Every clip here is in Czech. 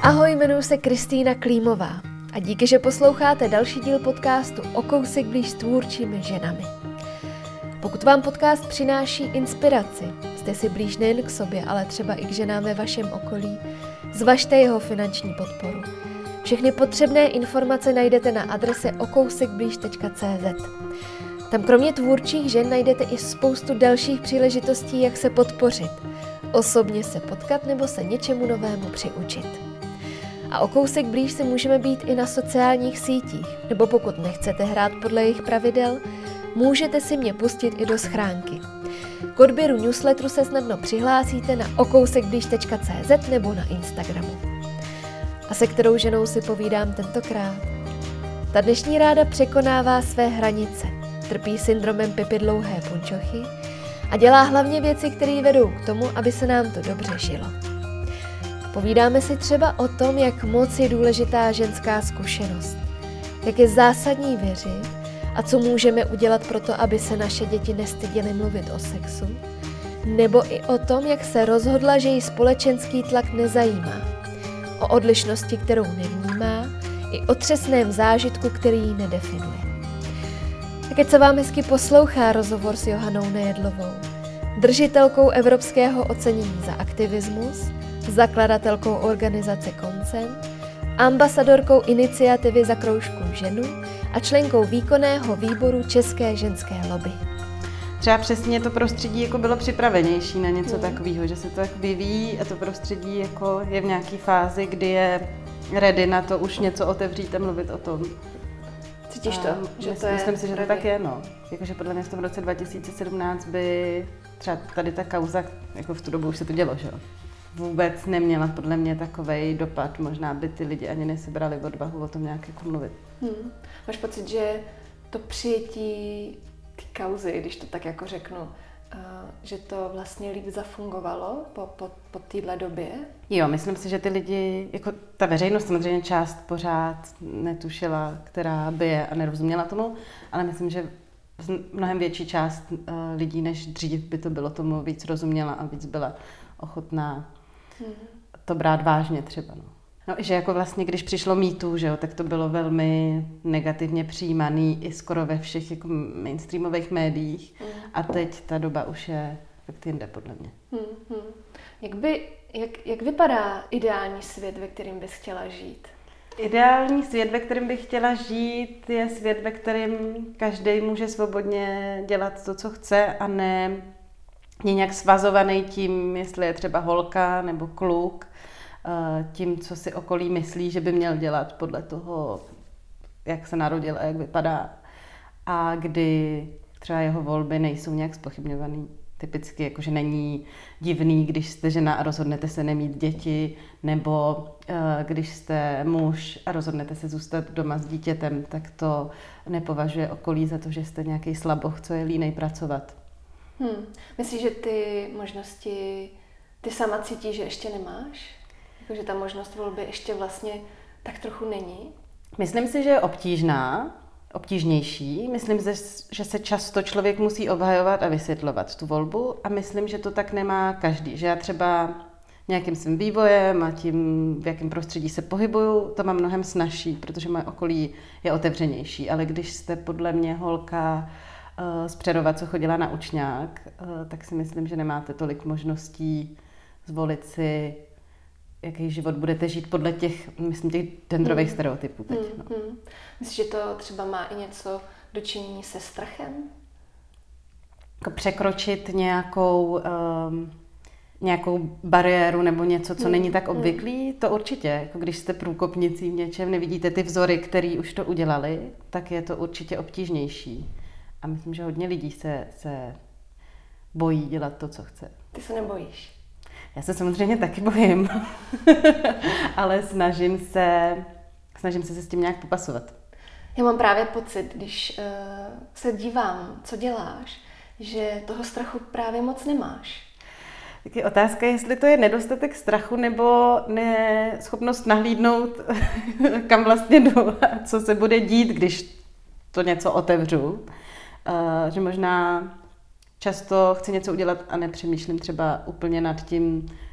Ahoj, jmenuji se Kristýna Klímová a díky, že posloucháte další díl podcastu O kousek blíž s tvůrčími ženami. Pokud vám podcast přináší inspiraci, jste si blíž nejen k sobě, ale třeba i k ženám ve vašem okolí, zvažte jeho finanční podporu. Všechny potřebné informace najdete na adrese okousekblíž.cz. Tam kromě tvůrčích žen najdete i spoustu dalších příležitostí, jak se podpořit, osobně se potkat nebo se něčemu novému přiučit. A o kousek blíž se můžeme být i na sociálních sítích, nebo pokud nechcete hrát podle jejich pravidel, můžete si mě pustit i do schránky. K odběru newsletteru se snadno přihlásíte na okousekblíž.cz nebo na Instagramu. A se kterou ženou si povídám tentokrát? Ta dnešní ráda překonává své hranice, trpí syndromem Pipy dlouhé punčochy a dělá hlavně věci, které vedou k tomu, aby se nám to dobře žilo. Povídáme si třeba o tom, jak moc je důležitá ženská zkušenost, jak je zásadní věřit a co můžeme udělat pro to, aby se naše děti nestyděly mluvit o sexu, nebo i o tom, jak se rozhodla, že jí společenský tlak nezajímá, o odlišnosti, kterou nevnímá, i o třesném zážitku, který ji nedefinuje. Tak ať se vám hezky poslouchá rozhovor s Johanou Nejedlovou, držitelkou Evropského ocenění za aktivismus, zakladatelkou organizace Consent, ambasadorkou iniciativy Za kroužkou ženu a členkou výkonného výboru České ženské lobby. Třeba přesně to prostředí jako bylo připravenější na něco takového, že se to tak vyvíjí a to prostředí jako je v nějaké fázi, kdy je ready na to už něco otevřít a mluvit o tom. Cítíš to? Myslím si, že to tak je, no. Jakože podle mě v tom roce 2017 by třeba tady ta kauza, jako v tu dobu už se to dělo, že jo? Vůbec neměla podle mě takovej dopad, možná by ty lidi ani nesebrali odvahu o tom nějak jako mluvit. Máš pocit, že to přijetí ty kauzy, když to tak jako řeknu, že to vlastně líp zafungovalo po téhle době? Jo, myslím si, že ty lidi, jako ta veřejnost samozřejmě část pořád netušila, která by je a nerozuměla tomu, ale myslím, že mnohem větší část lidí než dřív by to bylo tomu víc rozuměla a víc byla ochotná to brát vážně třeba. No, že jako vlastně, když přišlo MeToo, že jo, tak to bylo velmi negativně přijímaný i skoro ve všech jako mainstreamových médiích a teď ta doba už je fakt jinde, podle mě. Jak vypadá ideální svět, ve kterém bys chtěla žít? Ideální svět, ve kterém bych chtěla žít, je svět, ve kterém každý může svobodně dělat to, co chce a ne je nějak svazovaný tím, jestli je třeba holka nebo kluk, tím, co si okolí myslí, že by měl dělat podle toho, jak se narodil a jak vypadá. A kdy třeba jeho volby nejsou nějak zpochybňovaný. Typicky, jakože není divný, když jste žena a rozhodnete se nemít děti, nebo když jste muž a rozhodnete se zůstat doma s dítětem, tak to nepovažuje okolí za to, že jste nějaký slaboch, co je línej pracovat. Myslíš, že ty možnosti ty sama cítíš, že ještě nemáš? Že ta možnost volby ještě vlastně tak trochu není? Myslím si, že je obtížnější. Myslím, že se často člověk musí obhajovat a vysvětlovat tu volbu a myslím, že to tak nemá každý. Že já třeba nějakým svým vývojem a tím, v jakém prostředí se pohybuju, to mám mnohem snazší, protože moje okolí je otevřenější. Ale když jste podle mě holka z Přerova, co chodila na učňák, tak si myslím, že nemáte tolik možností zvolit si, jaký život budete žít podle těch genderových stereotypů teď. Myslíš, že to třeba má i něco dočinění se strachem? Jako překročit nějakou bariéru nebo něco, co není tak obvyklý, to určitě. Jako když jste průkopnicí v něčem, nevidíte ty vzory, který už to udělali, tak je to určitě obtížnější. A myslím, že hodně lidí se bojí dělat to, co chce. Ty se nebojíš? Já se samozřejmě taky bojím, ale snažím se s tím nějak popasovat. Já mám právě pocit, když se dívám, co děláš, že toho strachu právě moc nemáš. Tak je otázka, jestli to je nedostatek strachu nebo neschopnost nahlídnout, kam vlastně jdu a co se bude dít, když to něco otevřu. Že možná často chci něco udělat a nepřemýšlím třeba úplně nad tím,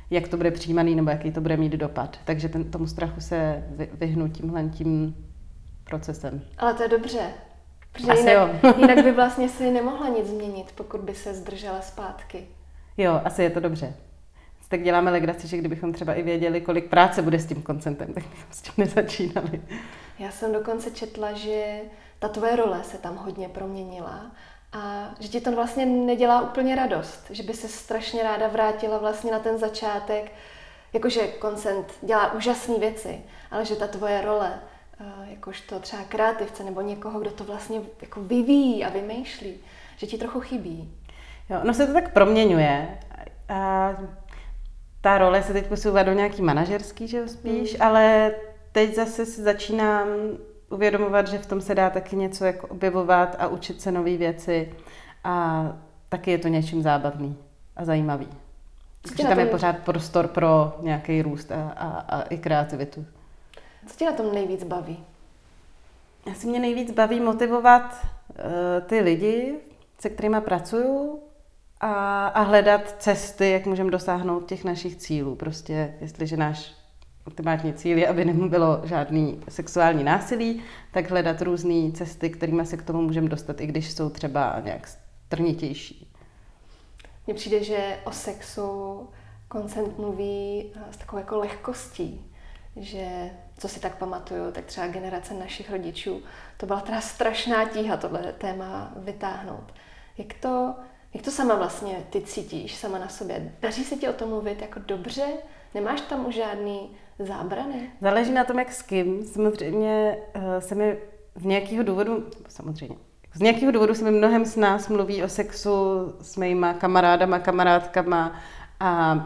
jak to bude přijímaný nebo jaký to bude mít dopad. Takže tomu strachu se vyhnu tím procesem. Ale to je dobře. Protože Asi jinak by vlastně si nemohla nic změnit, pokud by se zdržela zpátky. Jo, asi je to dobře. Tak děláme legraci, že kdybychom třeba i věděli, kolik práce bude s tím koncentem, tak bychom s tím nezačínali. Já jsem dokonce četla, že ta tvoje role se tam hodně proměnila a že ti to vlastně nedělá úplně radost, že by se strašně ráda vrátila vlastně na ten začátek, jakože koncent dělá úžasné věci, ale že ta tvoje role, jakožto třeba kreativce nebo někoho, kdo to vlastně jako vyvíjí a vymýšlí, že ti trochu chybí. Jo, no se to tak proměňuje. A ta role se teď posouvá do nějaký manažerský, že jo, spíš, ale teď zase si začínám uvědomovat, že v tom se dá taky něco jako objevovat a učit se nové věci a taky je to něčím zábavný a zajímavý. Takže tam je pořád prostor pro nějaký růst a i kreativitu. Co tě na tom nejvíc baví? Asi mě nejvíc baví motivovat ty lidi, se kterými pracuju, a hledat cesty, jak můžeme dosáhnout těch našich cílů. Prostě, jestliže náš ultimátní cíl je, aby nebylo žádný sexuální násilí, tak hledat různé cesty, kterými se k tomu můžeme dostat, i když jsou třeba nějak trnitější. Mně přijde, že o sexu Koncent mluví s takovou jako lehkostí, že, co si tak pamatuju, tak třeba generace našich rodičů, to byla teda strašná tíha tohle téma vytáhnout. Jak to sama vlastně ty cítíš, sama na sobě? Daří se ti o tom mluvit jako dobře? Nemáš tam už žádný zábrany? Záleží na tom, jak s kým. Samozřejmě se mi z nějakého důvodu se mi mnohem s nás mluví o sexu s mýma kamarádama, kamarádkama a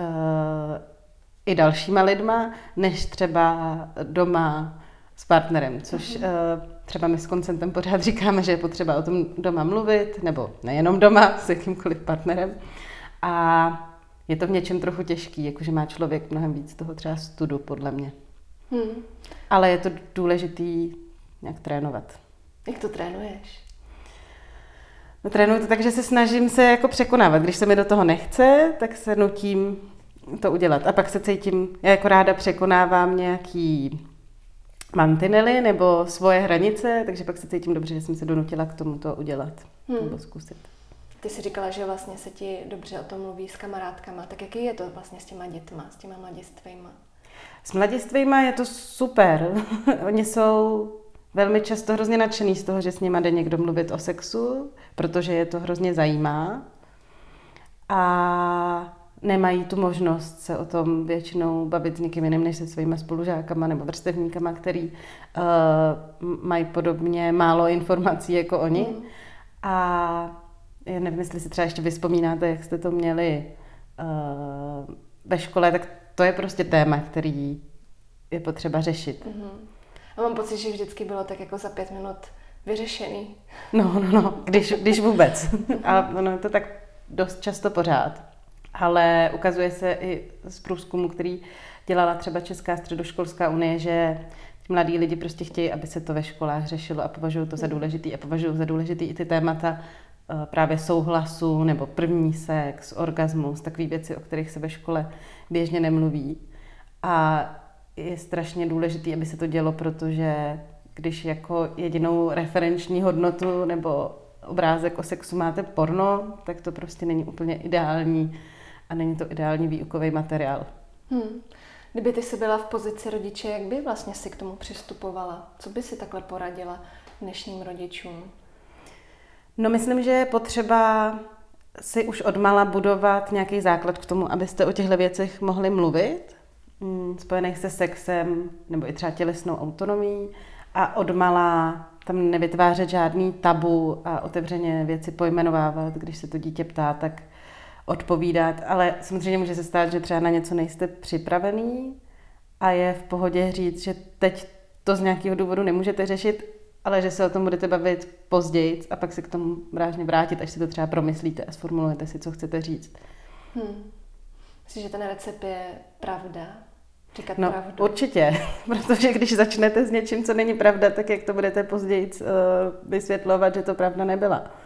i dalšíma lidma, než třeba doma s partnerem, což třeba my s Koncentem pořád říkáme, že je potřeba o tom doma mluvit, nebo nejenom doma, s jakýmkoliv partnerem. A je to v něčem trochu těžký, jakože má člověk mnohem víc toho třeba studu, podle mě. Ale je to důležitý nějak trénovat. Jak to trénuješ? No, trénuju to tak, že se snažím se jako překonávat. Když se mi do toho nechce, tak se nutím to udělat. A pak se cítím, já jako ráda překonávám nějaký mantinely nebo svoje hranice, takže pak se cítím dobře, že jsem se donutila k tomu to udělat nebo zkusit. Ty jsi říkala, že vlastně se ti dobře o tom mluví s kamarádkama. Tak jaký je to vlastně s těma dětma, s těma mladistvejma? S mladistvejma je to super. Oni jsou velmi často hrozně nadšený z toho, že s nima jde někdo mluvit o sexu, protože je to hrozně zajímá. A nemají tu možnost se o tom většinou bavit s někým jiným než se svýma spolužákama nebo vrstevníkama, který mají podobně málo informací jako oni. A já nevím, jestli si třeba ještě vyzpomínáte, jak jste to měli ve škole, tak to je prostě téma, který je potřeba řešit. A mám pocit, že vždycky bylo tak jako za 5 minut vyřešený. No, když vůbec. A ono je to tak dost často pořád. Ale ukazuje se i z průzkumu, který dělala třeba Česká středoškolská unie, že mladí lidi prostě chtějí, aby se to ve školách řešilo a považují to za důležitý. A považují za důležitý i ty témata právě souhlasu nebo první sex, orgasmus, takové věci, o kterých se ve škole běžně nemluví. A je strašně důležitý, aby se to dělo, protože když jako jedinou referenční hodnotu nebo obrázek o sexu máte porno, tak to prostě není úplně ideální a není to ideální výukový materiál. Kdyby ty jsi byla v pozici rodiče, jak by vlastně si k tomu přistupovala? Co by si takhle poradila dnešním rodičům? No myslím, že je potřeba si už odmala budovat nějaký základ k tomu, abyste o těchto věcech mohli mluvit, spojených se sexem nebo i třeba tělesnou autonomií a odmala tam nevytvářet žádný tabu a otevřeně věci pojmenovávat, když se to dítě ptá, tak odpovídat, ale samozřejmě může se stát, že třeba na něco nejste připravený a je v pohodě říct, že teď to z nějakého důvodu nemůžete řešit, ale že se o tom budete bavit později a pak se k tomu vážně vrátit, až si to třeba promyslíte a sformulujete si, co chcete říct. Myslím, že ten recept je pravda. Říkat no, pravdu. Určitě, protože když začnete s něčím, co není pravda, tak jak to budete později vysvětlovat, že to pravda nebyla.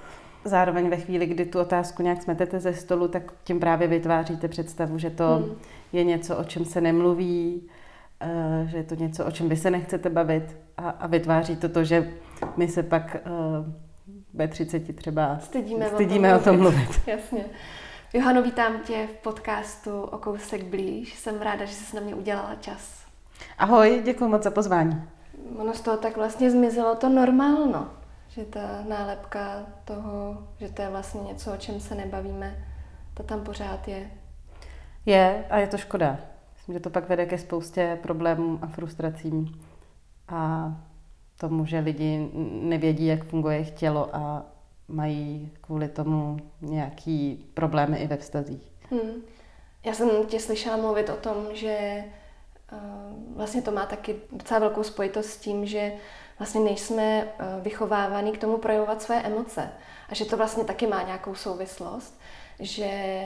zároveň ve chvíli, kdy tu otázku nějak smetete ze stolu, tak tím právě vytváříte představu, že to je něco, o čem se nemluví, že je to něco, o čem vy se nechcete bavit a vytváří to, že my se pak ve 30 třeba stydíme o tom mluvit. Jasně. Johano, vítám tě v podcastu O kousek blíž. Jsem ráda, že jsi na mě udělala čas. Ahoj, děkuji moc za pozvání. Ono z toho tak vlastně zmizelo to normálno, že ta nálepka toho, že to je vlastně něco, o čem se nebavíme, to tam pořád je. Je a je to škoda. Myslím, že to pak vede ke spoustě problémů a frustracím a tomu, že lidi nevědí, jak funguje jejich tělo a mají kvůli tomu nějaký problémy i ve vztazích. Já jsem tě slyšela mluvit o tom, že vlastně to má taky docela velkou spojitost s tím, že vlastně nejsme vychovávaní k tomu projevovat své emoce a že to vlastně taky má nějakou souvislost, že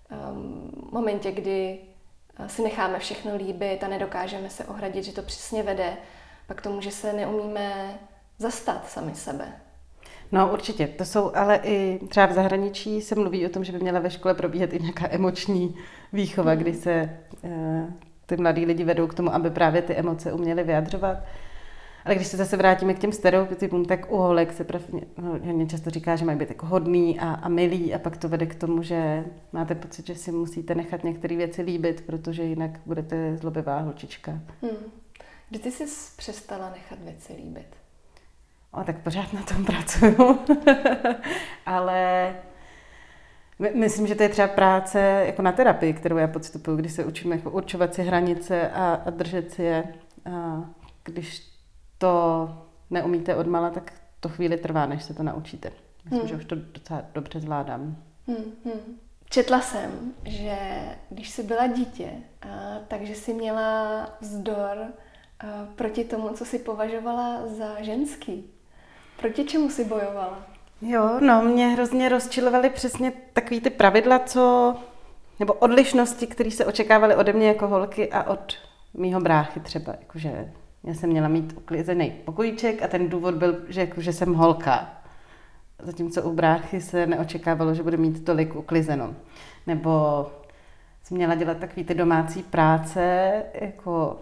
v momentě, kdy si necháme všechno líbit a nedokážeme se ohradit, že to přesně vede pak k tomu, že se neumíme zastat sami sebe. No určitě, to jsou ale i třeba v zahraničí se mluví o tom, že by měla ve škole probíhat i nějaká emoční výchova, kdy se ty mladí lidi vedou k tomu, aby právě ty emoce uměli vyjadřovat. Ale když se zase vrátíme k těm stereotypům, tak u holek se hodně často říká, že mají být jako hodný a milý a pak to vede k tomu, že máte pocit, že si musíte nechat některé věci líbit, protože jinak budete zlobivá holčička. Kdy ty jsi přestala nechat věci líbit? Tak pořád na tom pracuju. Ale myslím, že to je třeba práce jako na terapii, kterou já podstupuju, kdy se učím jako určovat si hranice a držet si je. A když to neumíte odmala, tak to chvíli trvá, než se to naučíte. Myslím, že už to docela dobře zvládám. Četla jsem, že když jsi byla dítě, takže jsi měla vzdor proti tomu, co jsi považovala za ženský. Proti čemu jsi bojovala? Jo, no, mě hrozně rozčilovaly přesně takový ty pravidla, nebo odlišnosti, které se očekávaly ode mě jako holky a od mýho bráchy třeba, jakože já jsem měla mít uklizený pokojíček a ten důvod byl, že jsem holka. Zatímco u bráchy se neočekávalo, že bude mít tolik uklizeno. Nebo jsem měla dělat takový ty domácí práce, jako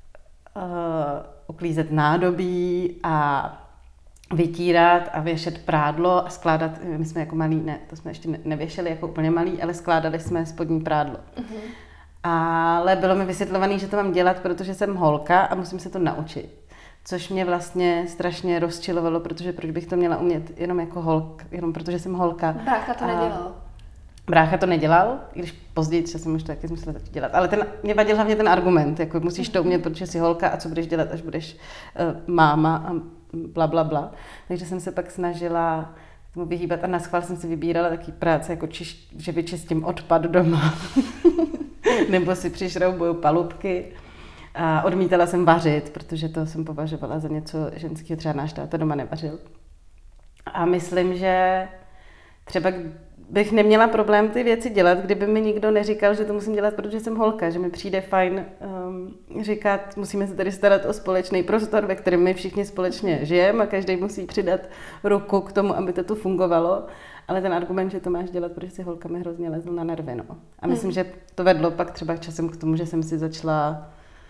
uklízet nádobí a vytírat a věšet prádlo a skládat, my jsme jako malí, ne, to jsme ještě nevěšeli jako úplně malí, ale skládali jsme spodní prádlo. Ale bylo mi vysvětlované, že to mám dělat, protože jsem holka a musím se to naučit. Což mě vlastně strašně rozčilovalo, protože proč bych to měla umět jenom jako holka, jenom protože jsem holka. Brácha to nedělal. Brácha to nedělal, i když později jsem už to taky musela začít dělat. Ale mě vadil hlavně ten argument, jako musíš to umět, protože jsi holka a co budeš dělat, až budeš máma a bla, bla, bla. Takže jsem se pak snažila tomu vyhýbat a naschvál jsem si vybírala taky práce, jako že vyčistím odpad doma. Nebo si přišroubuju palubky. A odmítala jsem vařit, protože to jsem považovala za něco ženského, třeba náš táta doma nevařil. A myslím, že třeba bych neměla problém ty věci dělat, kdyby mi nikdo neříkal, že to musím dělat, protože jsem holka, že mi přijde fajn říkat, musíme se tady starat o společný prostor, ve kterém my všichni společně žijeme a každý musí přidat ruku k tomu, aby to tu fungovalo. Ale ten argument, že to máš dělat, protože si holka, mi hrozně lezl na nervy. No. A myslím, že to vedlo pak třeba časem k tomu, že jsem si začala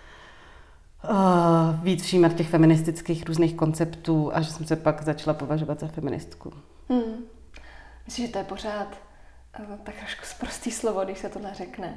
víc všímat těch feministických různých konceptů a že jsem se pak začala považovat za feministku. Myslím, že to je pořád tak trošku sprostý slovo, když se tohle řekne.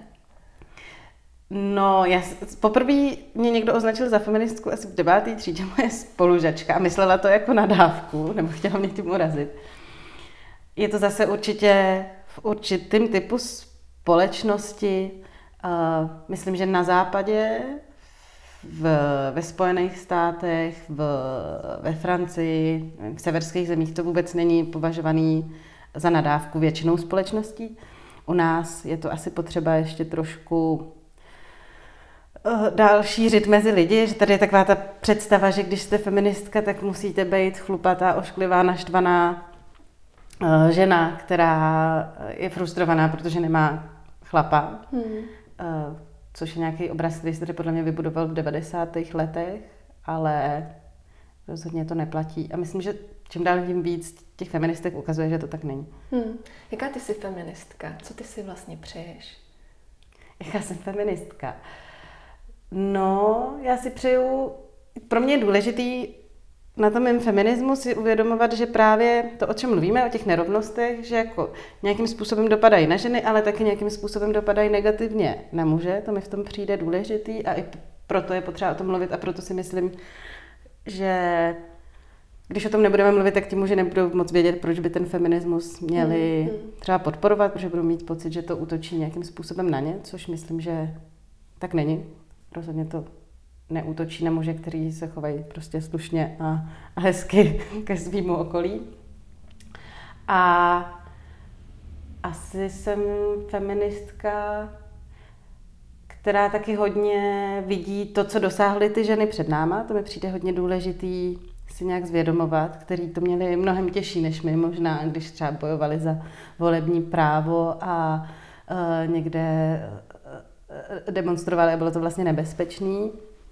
No, poprvé mě někdo označil za feministku asi v 9. třídě, moje spolužačka, a myslela to jako nadávku, nebo chtěla mě tím urazit. Je to zase určitě v určitém typu společnosti. Myslím, že na západě, ve Spojených státech, ve Francii, v severských zemích to vůbec není považovaný za nadávku většinou společností. U nás je to asi potřeba ještě trošku dál šířit mezi lidi, že tady je taková ta představa, že když jste feministka, tak musíte být chlupatá, ošklivá, naštvaná žena, která je frustrovaná, protože nemá chlapa. Což je nějaký obraz, který se tady podle mě vybudoval v 90. letech, ale rozhodně to neplatí. A myslím, že čím dál tím víc těch feministek ukazuje, že to tak není. Jaká ty jsi feministka? Co ty si vlastně přeješ? Jaká jsem feministka? No, já si přeju, pro mě je důležitý na tom mém feminismu si uvědomovat, že právě to, o čem mluvíme, o těch nerovnostech, že jako nějakým způsobem dopadají na ženy, ale taky nějakým způsobem dopadají negativně na muže. To mi v tom přijde důležitý a i proto je potřeba o tom mluvit a proto si myslím, že když o tom nebudeme mluvit, tak ti muži nebudou moc vědět, proč by ten feminismus měli třeba podporovat, protože budou mít pocit, že to útočí nějakým způsobem na ně, což myslím, že tak není. Rozhodně to neútočí na muže, kteří se chovají prostě slušně a hezky ke svýmu okolí. A asi jsem feministka, která taky hodně vidí to, co dosáhly ty ženy před náma. To mi přijde hodně důležitý si nějak zvědomovat, který to měli mnohem těžší než my, možná, když třeba bojovali za volební právo a někde demonstrovali a bylo to vlastně nebezpečný.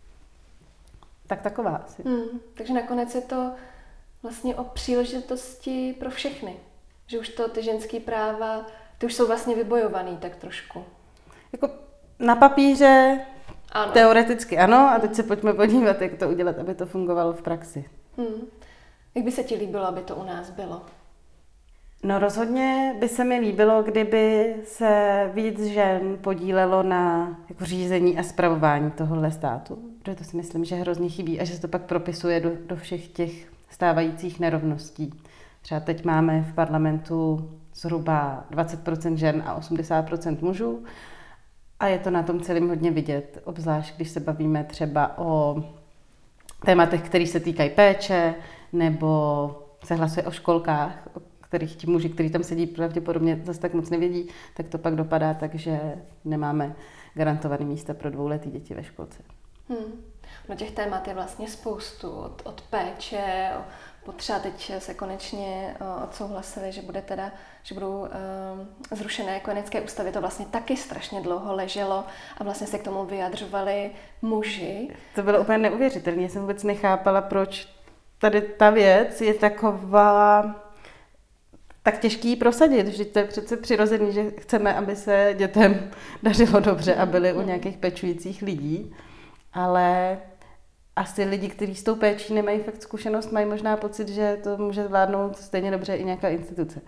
Tak taková asi. Takže nakonec je to vlastně o příležitosti pro všechny. Že už to ty ženské práva, ty už jsou vlastně vybojovaný tak trošku. Jako na papíře ano. Teoreticky ano, a teď se pojďme podívat, jak to udělat, aby to fungovalo v praxi. Jak by se ti líbilo, aby to u nás bylo? No rozhodně by se mi líbilo, kdyby se víc žen podílelo na jako řízení a spravování tohohle státu, protože to si myslím, že hrozně chybí a že se to pak propisuje do všech těch stávajících nerovností. Třeba teď máme v parlamentu zhruba 20% žen a 80% mužů a je to na tom celým hodně vidět, obzvlášť když se bavíme třeba o tématech, které se týkají péče, nebo se hlasuje o školkách, o kterých ti muži, kteří tam sedí, pravděpodobně zase tak moc nevědí, tak to pak dopadá tak, že nemáme garantované místa pro dvouletý děti ve školce. No těch témat je vlastně spoustu, od péče, potřeba teď se konečně odsouhlasili, že budou zrušené kojenecké ústavy. To vlastně taky strašně dlouho leželo a vlastně se k tomu vyjadřovali muži. To bylo úplně neuvěřitelné. Já jsem vůbec nechápala, proč tady ta věc je taková tak těžký prosadit. Vždyť to je přece přirozený, že chceme, aby se dětem dařilo dobře a byli u nějakých pečujících lidí. Ale asi lidi, kteří s tou péčí nemají fakt zkušenost, mají možná pocit, že to může zvládnout stejně dobře i nějaká instituce.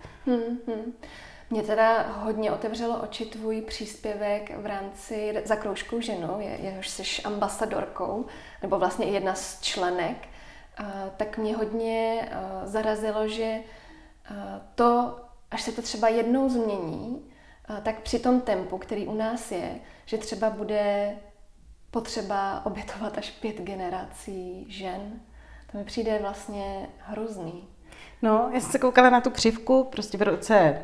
Mě teda hodně otevřelo oči tvůj příspěvek v rámci Zakroužkou ženu, jehož jsi ambasadorkou, nebo vlastně i jedna z členek, tak mě hodně zarazilo, že to, až se to třeba jednou změní, tak při tom tempu, který u nás je, že třeba bude potřeba obětovat až 5 generací žen. To mi přijde vlastně hrozný. No, já jsem se koukala na tu křivku, prostě v roce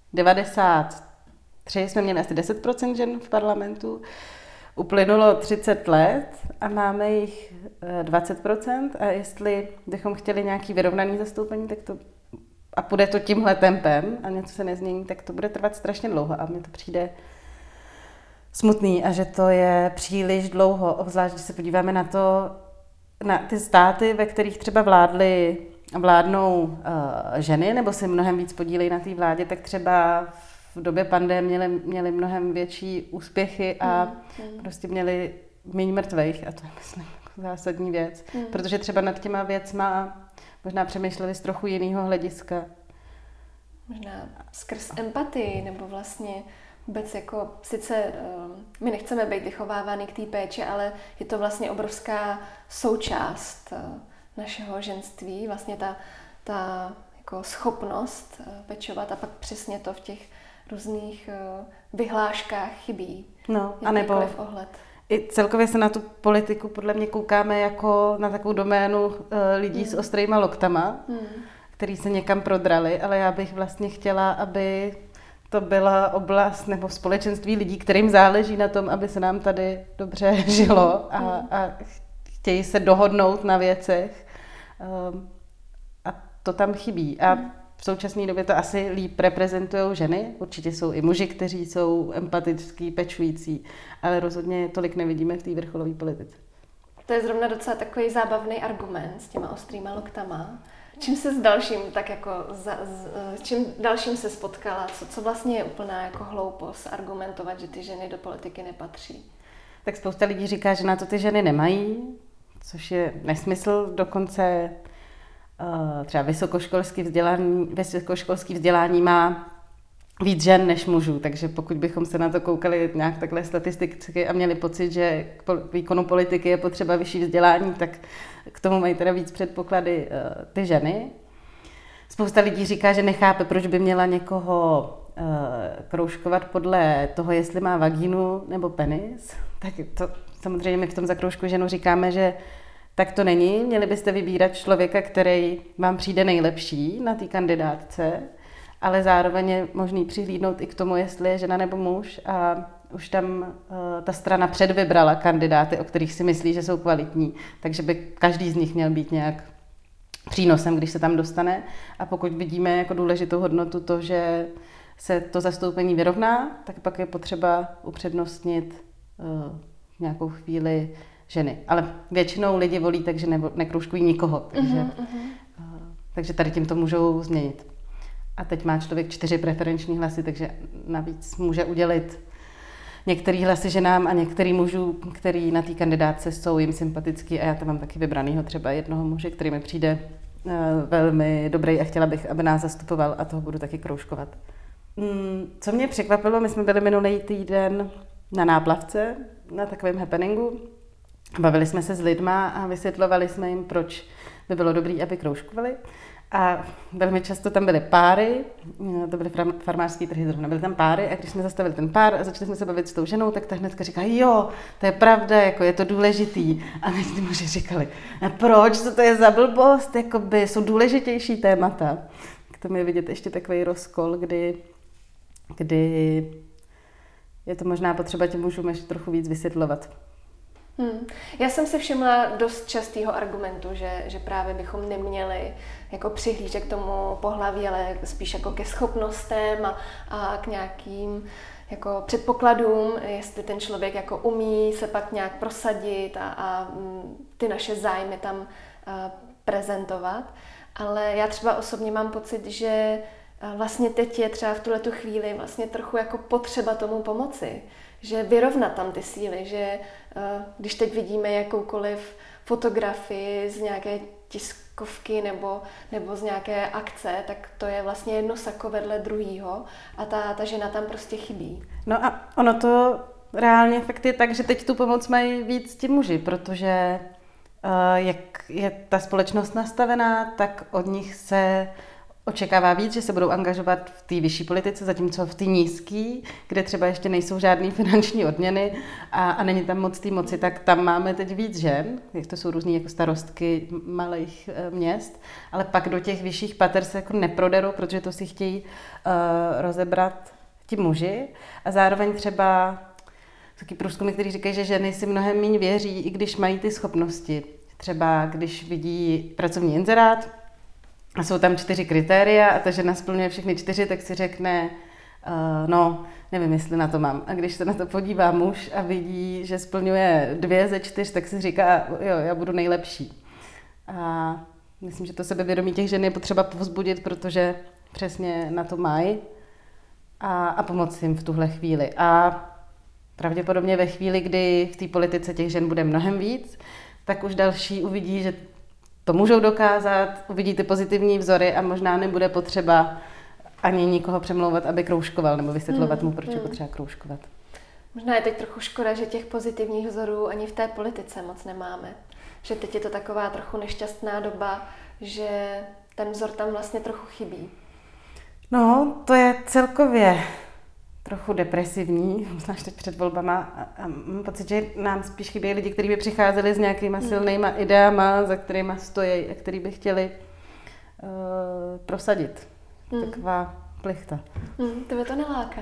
93 jsme měli asi 10% žen v parlamentu, uplynulo 30 let a máme jich 20% a jestli bychom chtěli nějaký vyrovnaný zastoupení, tak to a půjde to tímhle tempem a něco se nezmění, tak to bude trvat strašně dlouho a mně to přijde smutný a že to je příliš dlouho, obzvlášť když se podíváme na ty státy, ve kterých třeba vládnou ženy nebo se mnohem víc podílejí na té vládě, tak třeba v době pandemie měli mnohem větší úspěchy a prostě měli méně mrtvejch a to je, myslím, zásadní věc, protože třeba nad těma věcma možná přemýšleli z trochu jiného hlediska. Možná skrz empatii, nebo vlastně vůbec jako, sice my nechceme být vychovávány k té péči, ale je to vlastně obrovská součást našeho ženství, vlastně ta jako schopnost pečovat a pak přesně to v těch různých vyhláškách chybí. No, anebo ohled. I celkově se na tu politiku podle mě koukáme jako na takovou doménu lidí s ostrýma loktama, který se někam prodrali, ale já bych vlastně chtěla, aby to byla oblast nebo společenství lidí, kterým záleží na tom, aby se nám tady dobře žilo a chtějí se dohodnout na věcech. A to tam chybí. A v současné době to asi líp reprezentují ženy. Určitě jsou i muži, kteří jsou empatický, pečující, ale rozhodně tolik nevidíme v té vrcholové politice. To je zrovna docela takový zábavný argument s těma ostrýma loktama, Čím se s dalším tak jako, čím dalším se spotkala? Co vlastně je úplná jako hloupost argumentovat, že ty ženy do politiky nepatří? Tak spousta lidí říká, že na to ty ženy nemají, což je nesmysl, dokonce třeba vysokoškolský vzdělání má víc žen než mužů, takže pokud bychom se na to koukali nějak takhle statisticky a měli pocit, že k výkonu politiky je potřeba vyšší vzdělání, tak k tomu mají teda víc předpoklady ty ženy. Spousta lidí říká, že nechápe, proč by měla někoho kroužkovat podle toho, jestli má vagínu nebo penis. Tak to samozřejmě my v tom Zakroužkuj ženu říkáme, že tak to není. Měli byste vybírat člověka, který vám přijde nejlepší na té kandidátce, ale zároveň je možný přihlídnout i k tomu, jestli je žena nebo muž, a už tam ta strana předvybrala kandidáty, o kterých si myslí, že jsou kvalitní, takže by každý z nich měl být nějak přínosem, když se tam dostane. A pokud vidíme jako důležitou hodnotu to, že se to zastoupení vyrovná, tak pak je potřeba upřednostnit nějakou chvíli ženy. Ale většinou lidi volí, takže nekroužkují nikoho. Takže tady tím to můžou změnit. A teď má člověk 4 preferenční hlasy, takže navíc může udělit některý hlasy ženám a některý mužů, který na té kandidátce jsou jim sympatický, a já tam mám taky vybranýho třeba jednoho muže, který mi přijde velmi dobrý a chtěla bych, aby nás zastupoval, a toho budu taky kroužkovat. Co mě překvapilo, my jsme byli minulý týden na Náplavce, na takovém happeningu. Bavili jsme se s lidma a vysvětlovali jsme jim, proč by bylo dobré, aby kroužkovali. A velmi často tam byly páry, to byly farmářský trhy zrovna, byly tam páry, a když jsme zastavili ten pár a začali jsme se bavit s tou ženou, tak ta hnedka říká, jo, to je pravda, jako je to důležitý. A my ty muži říkali, a proč, co to je za blbost, jakoby jsou důležitější témata. K tomu je vidět ještě takový rozkol, kdy je to možná potřeba těm mužům ještě trochu víc vysvětlovat. Já jsem si všimla dost častého argumentu, že právě bychom neměli jako přihlížet k tomu pohlaví, ale spíš jako ke schopnostem a k nějakým jako předpokladům, jestli ten člověk jako umí se pak nějak prosadit a ty naše zájmy tam prezentovat. Ale já třeba osobně mám pocit, že vlastně teď je třeba v tuhletu chvíli vlastně trochu jako potřeba tomu pomoci. Že vyrovnat tam ty síly, že když teď vidíme jakoukoliv fotografii z nějaké tiskovky nebo z nějaké akce, tak to je vlastně jedno sako vedle druhýho a ta žena tam prostě chybí. No a ono to reálně fakt je tak, že teď tu pomoc mají víc ti muži, protože jak je ta společnost nastavená, tak od nich se očekává víc, že se budou angažovat v té vyšší politice, zatímco v té nízké, kde třeba ještě nejsou žádné finanční odměny a není tam moc té moci, tak tam máme teď víc žen, to jsou různý jako starostky malých měst, ale pak do těch vyšších pater se jako neproderou, protože to si chtějí rozebrat ti muži, a zároveň třeba taky průzkumy, který říkají, že ženy si mnohem méně věří, i když mají ty schopnosti. Třeba když vidí pracovní inzerát, a jsou tam 4 kritéria a ta žena splňuje všechny 4, tak si řekne, no, nevím, jestli na to mám. A když se na to podívá muž a vidí, že splňuje 2 ze 4, tak si říká, jo, já budu nejlepší. A myslím, že to sebevědomí těch žen je potřeba povzbudit, protože přesně na to mají a pomoct jim v tuhle chvíli. A pravděpodobně ve chvíli, kdy v té politice těch žen bude mnohem víc, tak už další uvidí, že to můžou dokázat, uvidí ty pozitivní vzory a možná nebude potřeba ani nikoho přemlouvat, aby kroužkoval, nebo vysvětlovat mu, proč je potřeba kroužkovat. Možná je teď trochu škoda, že těch pozitivních vzorů ani v té politice moc nemáme. Že teď je to taková trochu nešťastná doba, že ten vzor tam vlastně trochu chybí. No, to je celkově trochu depresivní, zvlášť teď před volbama, a mám pocit, že nám spíš chybějí lidi, kteří by přicházeli s nějakýma silnýma ideama, za kterýma stojí a který by chtěli prosadit. Taková plichta. Tebe to neláká?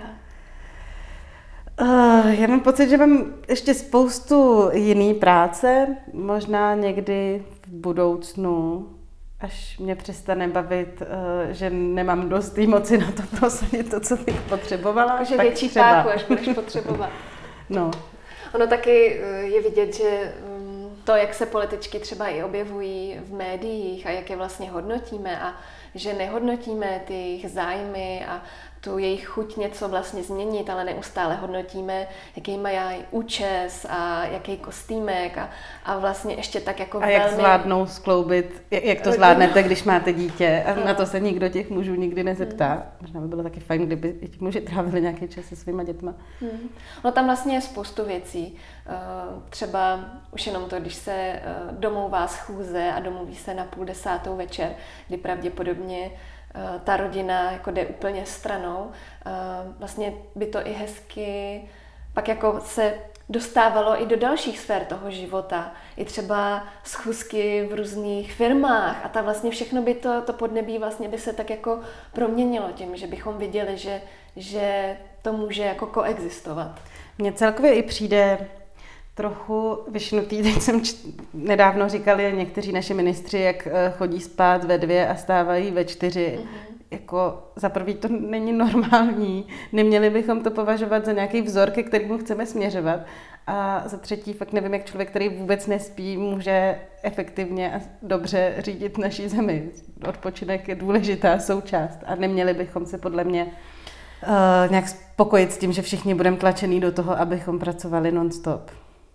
Já mám pocit, že mám ještě spoustu jiný práce, možná někdy v budoucnu, až mě přestane bavit, že nemám dost té moci na to prosadit to, co bych potřebovala. Takže větší páku, až budeš potřebovat. No. Ono taky je vidět, že To, jak se političky třeba i objevují v médiích a jak je vlastně hodnotíme a že nehodnotíme ty jejich zájmy a tu jejich chuť něco vlastně změnit, ale neustále hodnotíme, jaký mají účes a jaký kostýmek a vlastně ještě tak jako velmi... A jak zvládnou skloubit, jak to zvládnete, když máte dítě a na to se nikdo těch mužů nikdy nezeptá. Možná by bylo taky fajn, kdyby ti muži trávili nějaký čas se svýma dětma. No tam vlastně je spoustu věcí. Třeba už jenom to, když se domlouvá schůze a domluví se na 9:30 večer, kdy pravděpodobně ta rodina jako jde úplně stranou. Vlastně by to i hezky pak jako se dostávalo i do dalších sfér toho života. I třeba schůzky v různých firmách a ta vlastně všechno by to podnebí vlastně by se tak jako proměnilo tím, že bychom viděli, že to může jako koexistovat. Mně celkově i přijde trochu vyšnutý. Teď jsem nedávno říkali někteří naši ministři, jak chodí spát ve 2 a stávají ve 4. Jako za prvý to není normální. Neměli bychom to považovat za nějaký vzor, ke kterému chceme směřovat. A za třetí fakt nevím, jak člověk, který vůbec nespí, může efektivně a dobře řídit naší zemi. Odpočinek je důležitá součást a neměli bychom se podle mě nějak spokojit s tím, že všichni budeme tlačený do toho, abychom pracovali non-stop.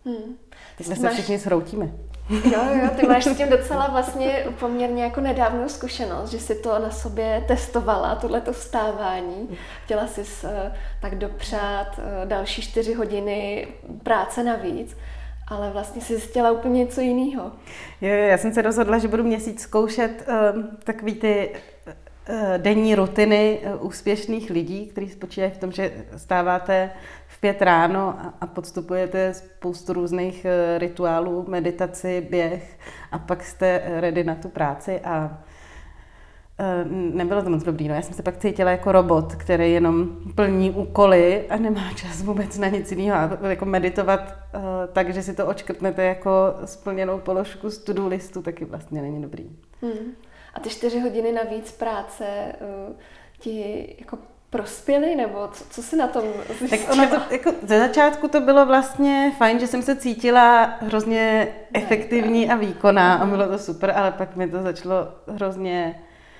Teď se všichni shroutíme. Jo, ty máš s tím docela vlastně poměrně jako nedávnou zkušenost, že jsi to na sobě testovala, tohleto vstávání. Chtěla jsi tak dopřát další 4 hodiny práce navíc, ale vlastně jsi zjistila úplně něco jiného. Jo, já jsem se rozhodla, že budu měsíc zkoušet takový ty denní rutiny úspěšných lidí, kteří spočívají v tom, že stáváte v 5 ráno a podstupujete spoustu různých rituálů, meditaci, běh a pak jste ready na tu práci a nebylo to moc dobrý. No. Já jsem se pak cítila jako robot, který jenom plní úkoly a nemá čas vůbec na nic jiného. A jako meditovat tak, že si to odškrtnete jako splněnou položku z to-do listu, taky vlastně není dobrý. A ty 4 hodiny navíc práce ti jako prospěly, nebo co si na tom zjistila? Tak ono to, jako ze začátku to bylo vlastně fajn, že jsem se cítila hrozně efektivní a výkonná a bylo to super, ale pak mi to začalo hrozně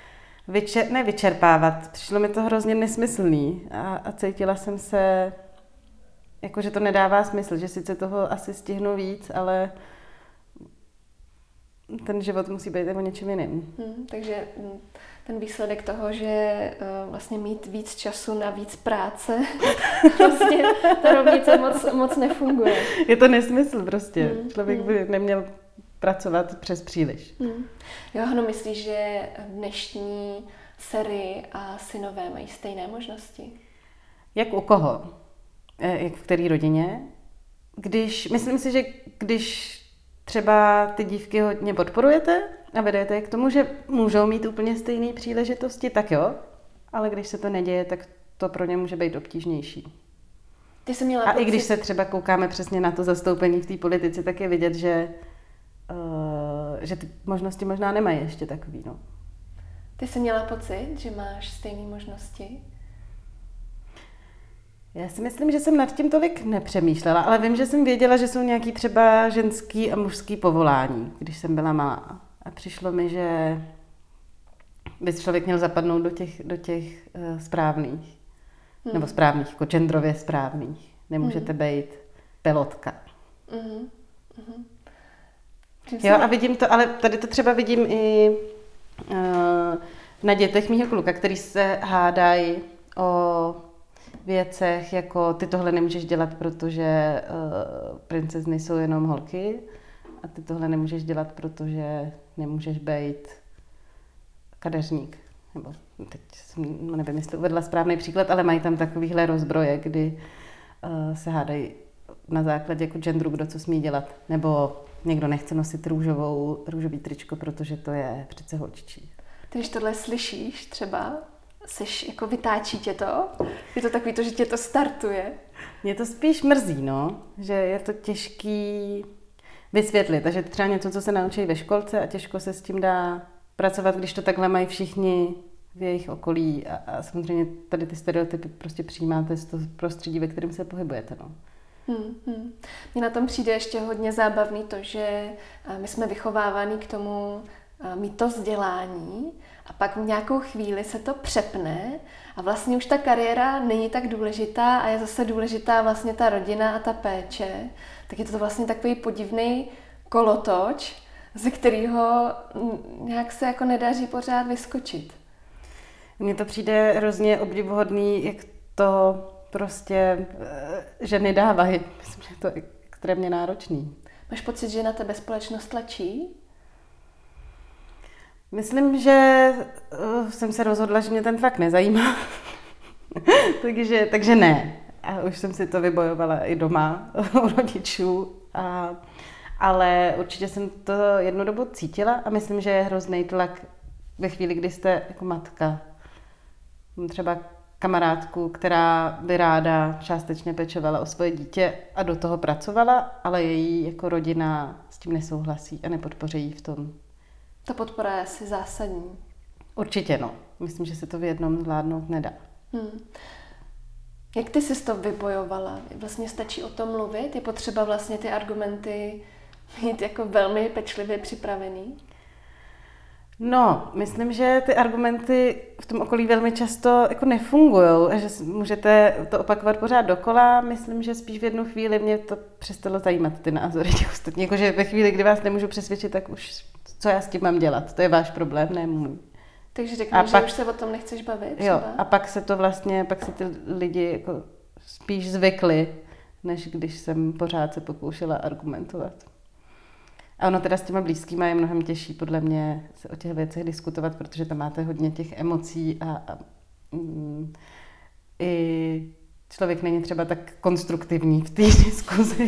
vyčerpávat. Přišlo mi to hrozně nesmyslný a cítila jsem se, jako že to nedává smysl, že sice toho asi stihnu víc, ale ten život musí být o něčem jiným. Takže ten výsledek toho, že vlastně mít víc času na víc práce, vlastně ta rovnice moc nefunguje. Je to nesmysl prostě. Člověk by neměl pracovat přes příliš. Jo, Hano, myslíš, že dnešní dcery a synové mají stejné možnosti? Jak u koho? Jak v které rodině? Myslím si, že když třeba ty dívky hodně podporujete a vedete je k tomu, že můžou mít úplně stejné příležitosti, tak jo, ale když se to neděje, tak to pro ně může být obtížnější. A i když se třeba koukáme přesně na to zastoupení v té politice, tak je vidět, že ty možnosti možná nemají ještě takový. No. Ty jsi měla pocit, že máš stejné možnosti? Já si myslím, že jsem nad tím tolik nepřemýšlela, ale vím, že jsem věděla, že jsou nějaký třeba ženský a mužský povolání, když jsem byla malá. A přišlo mi, že by člověk měl zapadnout do těch správných. Nebo správných, jako genderově správných. Nemůžete být pilotka. Jo, a vidím to, ale tady to třeba vidím i na dětech mýho kluka, který se hádají o věcech, jako ty tohle nemůžeš dělat, protože princezny jsou jenom holky a ty tohle nemůžeš dělat, protože nemůžeš být kadeřník. Nebo teď jsem, nevím, jestli uvedla správný příklad, ale mají tam takovýhle rozbroje, kdy se hádají na základě jako genderu, kdo co smí dělat. Nebo někdo nechce nosit růžový tričko, protože to je přece holčičí. Ty, když tohle slyšíš třeba, jako vytáčí tě to? Je to takový to, že tě to startuje? Mě to spíš mrzí, no, že je to těžký vysvětlit. Takže třeba něco, co se naučí ve školce a těžko se s tím dá pracovat, když to takhle mají všichni v jejich okolí. A samozřejmě tady ty stereotypy prostě přijímáte z toho prostředí, ve kterém se pohybujete, no. Mně na tom přijde ještě hodně zábavný to, že my jsme vychováváni k tomu mít to vzdělání a pak v nějakou chvíli se to přepne a vlastně už ta kariéra není tak důležitá a je zase důležitá vlastně ta rodina a ta péče. Tak je to vlastně takový podivný kolotoč, ze kterého nějak se jako nedaří pořád vyskočit. Mně to přijde hrozně obdivuhodný, jak to prostě ženy dávají. Myslím, že je to extrémně náročný. Máš pocit, že na tebe společnost tlačí? Myslím, že jsem se rozhodla, že mě ten tlak nezajímá. takže ne. A už jsem si to vybojovala i doma u rodičů. Ale určitě jsem to jednu dobu cítila a myslím, že je hrozný tlak ve chvíli, kdy jste jako matka. Mám třeba kamarádku, která by ráda částečně pečovala o svoje dítě a do toho pracovala, ale její jako rodina s tím nesouhlasí a nepodpoří jí v tom. Ta podpora je asi zásadní. Určitě no. Myslím, že se to v jednom zvládnout nedá. Jak ty jsi to vybojovala? Vlastně stačí o tom mluvit? Je potřeba vlastně ty argumenty mít jako velmi pečlivě připravený? No, myslím, že ty argumenty v tom okolí velmi často jako nefungujou a že můžete to opakovat pořád dokola. Myslím, že spíš v jednu chvíli mě to přestalo zajímat ty názory těch ostatních. Jakože ve chvíli, kdy vás nemůžu přesvědčit, tak už co já s tím mám dělat? To je váš problém, ne můj. Takže řekneš, že už se o tom nechceš bavit? Jo, a pak se to vlastně, pak si ty lidi jako spíš zvykli, než když jsem pořád se pokoušela argumentovat. A ono teda s těma blízkýma je mnohem těžší podle mě se o těch věcech diskutovat, protože tam máte hodně těch emocí a i člověk není třeba tak konstruktivní v té diskuzi.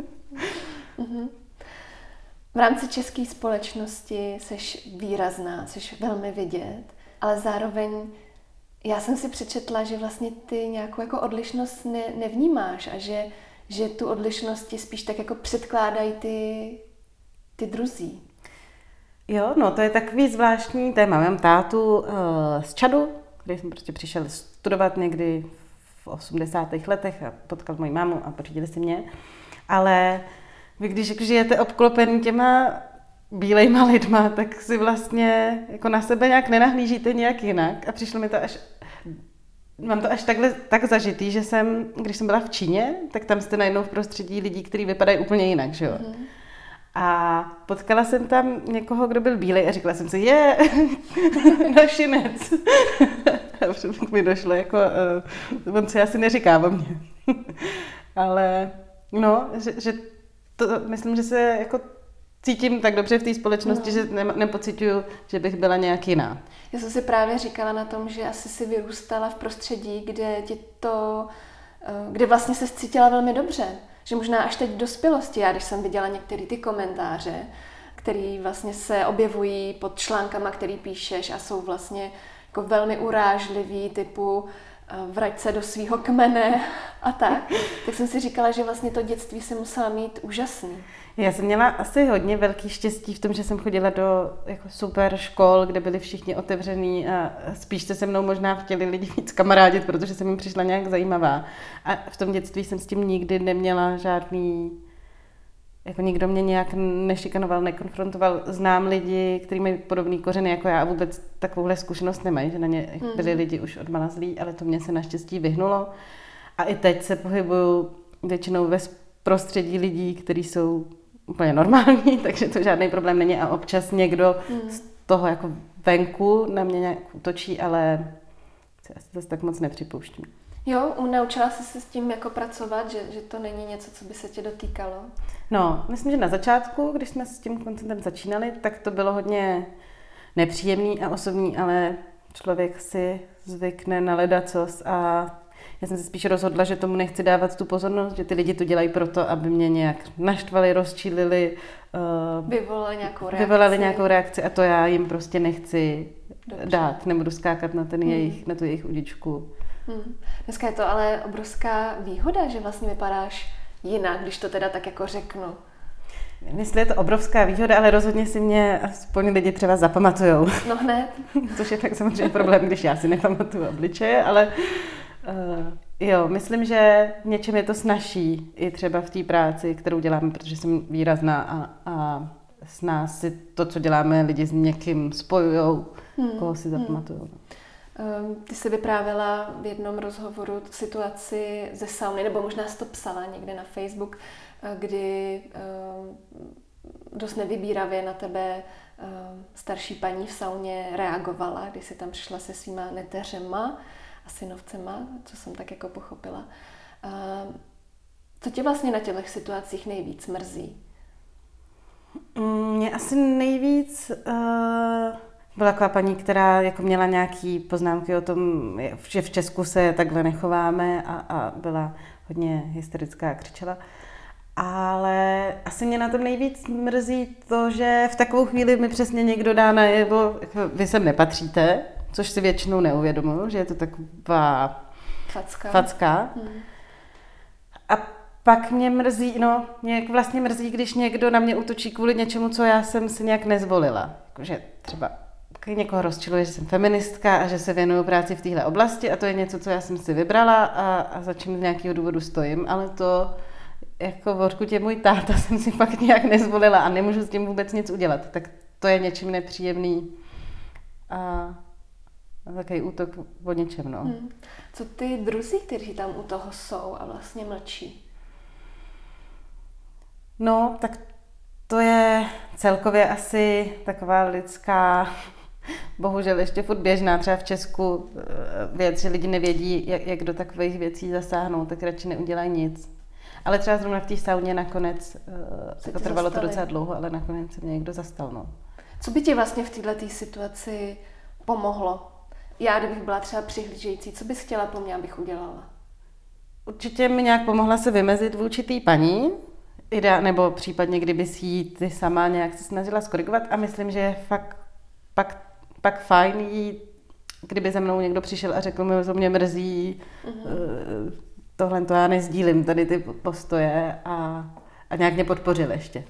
V rámci české společnosti seš výrazná, seš velmi vidět, ale zároveň já jsem si přečetla, že vlastně ty nějakou jako odlišnost nevnímáš a že tu odlišnost ti spíš tak jako předkládají ty druzí. Jo, no to je takový zvláštní téma. Mám tátu z Čadu, kde jsem prostě přišel studovat někdy v 80. letech a potkal moji mámu a pořídili si mě. Ale vy když žijete obklopený těma bílejma lidma, tak si vlastně jako na sebe nějak nenahlížíte nějak jinak. A přišlo mi to mám to až tak zažitý, že když jsem byla v Číně, tak tam jste najednou v prostředí lidí, kteří vypadají úplně jinak, že jo. A potkala jsem tam někoho, kdo byl bílej a říkala jsem si, našinec. A však mi došlo, jako, on si asi neříká o mě. Ale no, že to, myslím, že se jako cítím tak dobře v té společnosti, že nepociťuju, že bych byla nějak jiná. Já jsem si právě říkala na tom, že asi si vyrůstala v prostředí, kde vlastně se cítila velmi dobře. Že možná až teď v dospělosti, já když jsem viděla některé ty komentáře, které vlastně se objevují pod článkama, který píšeš a jsou vlastně jako velmi urážlivý, typu vrať se do svýho kmene a tak jsem si říkala, že vlastně to dětství se musela mít úžasný. Já jsem měla asi hodně velký štěstí v tom, že jsem chodila do jako super škol, kde byli všichni otevřený a spíš se mnou možná chtěli lidi víc kamarádit, protože jsem jim přišla nějak zajímavá. A v tom dětství jsem s tím nikdy neměla žádný, jako nikdo mě nějak nešikanoval, nekonfrontoval. Znám lidi, kteří mají podobný kořeny jako já a vůbec takovouhle zkušenost nemají, že na ně byli lidi už odmala zlí, ale to mě se naštěstí vyhnulo. A i teď se pohybuju většinou ve prostředí lidí, kteří jsou úplně normální, takže to žádný problém není a občas někdo z toho jako venku na mě nějak útočí, ale asi zase tak moc nepřipouštím. Jo, naučila jsi se s tím jako pracovat, že to není něco, co by se tě dotýkalo? No, myslím, že na začátku, když jsme s tím koncentem začínali, tak to bylo hodně nepříjemný a osobní, ale člověk si zvykne na ledacos a já jsem se spíš rozhodla, že tomu nechci dávat tu pozornost, že ty lidi to dělají proto, aby mě nějak naštvali, rozčílili, vyvolali nějakou reakci a to já jim prostě nechci dát, nebudu skákat na na tu jejich udičku. Dneska je to ale obrovská výhoda, že vlastně vypadáš jinak, když to teda tak jako řeknu. Myslím, je to obrovská výhoda, ale rozhodně si mě aspoň lidi třeba zapamatujou. No hned. Což je tak samozřejmě problém, když já si nepamatuju obličeje, ale Jo, myslím, že v něčem je to snazší i třeba v té práci, kterou děláme, protože jsem výrazná a s nás si to, co děláme, lidi s někým spojujou, koho si zapamatujou. Ty jsi vyprávěla v jednom rozhovoru situaci ze sauny, nebo možná jsi to psala někde na Facebook, kdy dost nevybíravě na tebe starší paní v sauně reagovala, když jsi tam přišla se svýma neteřema a synovcema, co jsem tak jako pochopila. Co tě vlastně na těchto situacích nejvíc mrzí? Mě asi nejvíc byla taková paní, která jako měla nějaký poznámky o tom, že v Česku se takhle nechováme a byla hodně hysterická a křičela. Ale asi mě na tom nejvíc mrzí to, že v takovou chvíli mi přesně někdo dá najevo, jako vy sem nepatříte, což si většinou neuvědomuji, že je to taková facka. A pak mě vlastně mrzí, když někdo na mě útočí kvůli něčemu, co já jsem si nějak nezvolila. Že třeba někoho rozčiluje, že jsem feministka a že se věnuju práci v téhle oblasti a to je něco, co já jsem si vybrala a za čím z nějakého důvodu stojím, ale to jako odkud je můj táta, jsem si fakt nějak nezvolila a nemůžu s tím vůbec nic udělat. Tak to je něčím nepříjemný a takový útok o něčem, no. Co ty druzí, kteří tam u toho jsou a vlastně mlčí? No, tak to je celkově asi taková lidská, bohužel ještě furt běžná, třeba v Česku věc, že lidi nevědí, jak do takových věcí zasáhnout, tak radši neudělají nic. Ale třeba zrovna v té sauně nakonec, jako trvalo to docela dlouho, ale nakonec se mě někdo zastal, no. Co by ti vlastně v této situaci pomohlo? Já, kdybych byla třeba přihlížející, co bys chtěla po mně, abych udělala? Určitě mi nějak pomohla se vymezit vůči té paní, nebo případně, kdyby si ji ty sama nějak se snažila skorigovat a myslím, že je fakt pak fajn jí, kdyby za mnou někdo přišel a řekl mi, že mě mrzí, tohle to já nezdílím, tady ty postoje a nějak mě podpořil ještě.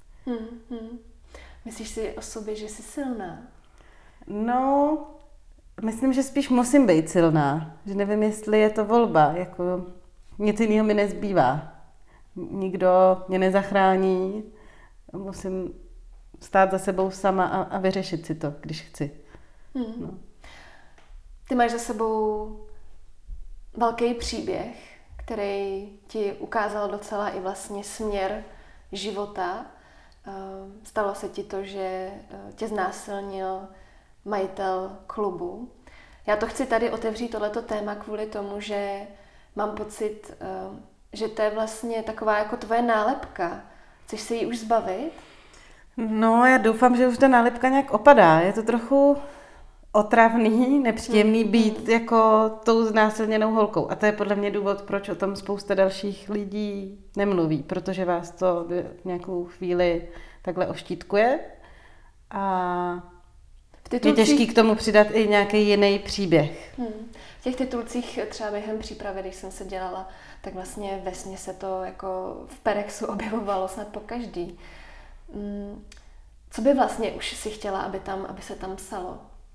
Myslíš si o sobě, že jsi silná? No, myslím, že spíš musím být silná. Že nevím, jestli je to volba. Jako nic jiného mi nezbývá. Nikdo mě nezachrání. Musím stát za sebou sama a vyřešit si to, když chci. No. Ty máš za sebou velký příběh, který ti ukázal docela i vlastně směr života. Stalo se ti to, že tě znásilnil majitel klubu. Já to chci tady otevřít tohleto téma kvůli tomu, že mám pocit, že to je vlastně taková jako tvoje nálepka. Chceš se jí už zbavit? No, já doufám, že už ta nálepka nějak opadá. Je to trochu otravný, nepříjemný být jako tou znásilněnou holkou. A to je podle mě důvod, proč o tom spousta dalších lidí nemluví, protože vás to v nějakou chvíli takhle oštítkuje a je těžký k tomu přidat i nějaký jiný příběh. V těch titulcích třeba během přípravy, když jsem se dělala, tak vlastně vesmě se to jako v Perexu objevovalo snad po každý. Co by vlastně už si chtěla, aby se tam psalo?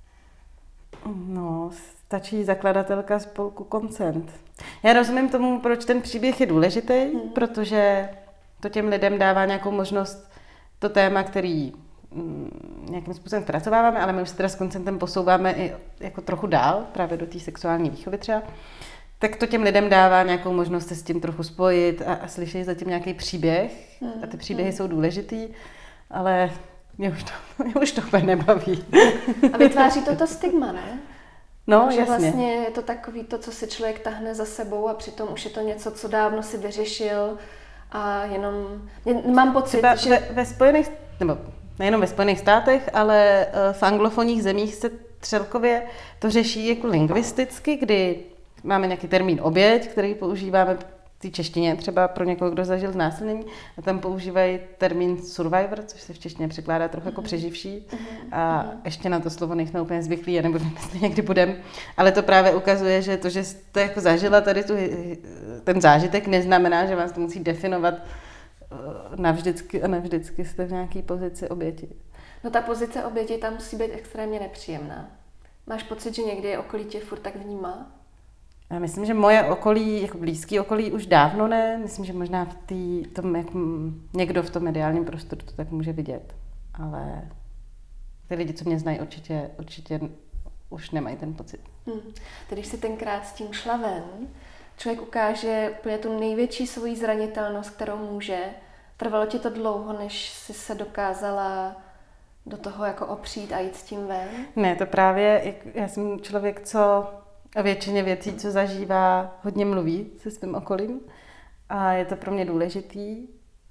No, stačí zakladatelka spolku Koncent. Já rozumím tomu, proč ten příběh je důležitý, protože to těm lidem dává nějakou možnost, to téma, který nějakým způsobem zpracováváme, ale my už se teda s Koncentem posouváme i jako trochu dál, právě do té sexuální výchovy třeba, tak to těm lidem dává nějakou možnost se s tím trochu spojit a slyšet zatím nějaký příběh a ty příběhy jsou důležitý, ale mě už to úplně nebaví. A vytváří to stigma, ne? No, že jasně. Vlastně je to takový to, co si člověk tahne za sebou a přitom už je to něco, co dávno si vyřešil a jenom mám pocit, třeba že ve Spojených, nebo nejenom ve Spojených státech, ale v anglofonních zemích se celkově to řeší jako lingvisticky, kdy máme nějaký termín oběť, který používáme v té češtině třeba pro někoho, kdo zažil znásilnění, a tam používají termín survivor, což se v češtině překládá trochu jako přeživší. A ještě na to slovo nejsme úplně zvyklí, nebo jestli někdy budem. Ale to právě ukazuje, že to, že jste jako zažila tady ten zážitek, neznamená, že vás to musí definovat navždycky a navždycky jste v nějaké pozici oběti. No ta pozice oběti tam musí být extrémně nepříjemná. Máš pocit, že někdy je okolí tě furt tak vnímá? Já myslím, že moje okolí, jako blízký okolí už dávno ne. Myslím, že možná tom, jak někdo v tom mediálním prostoru to tak může vidět. Ale ty lidi, co mě znají, určitě už nemají ten pocit. Tedy když jsi tenkrát s tím šla ven, člověk ukáže úplně tu největší svoji zranitelnost, kterou může. Trvalo ti to dlouho, než jsi se dokázala do toho jako opřít a jít s tím ven? Ne, to právě, já jsem člověk, co o většině věcí, co zažívá, hodně mluví se svým okolím a je to pro mě důležitý.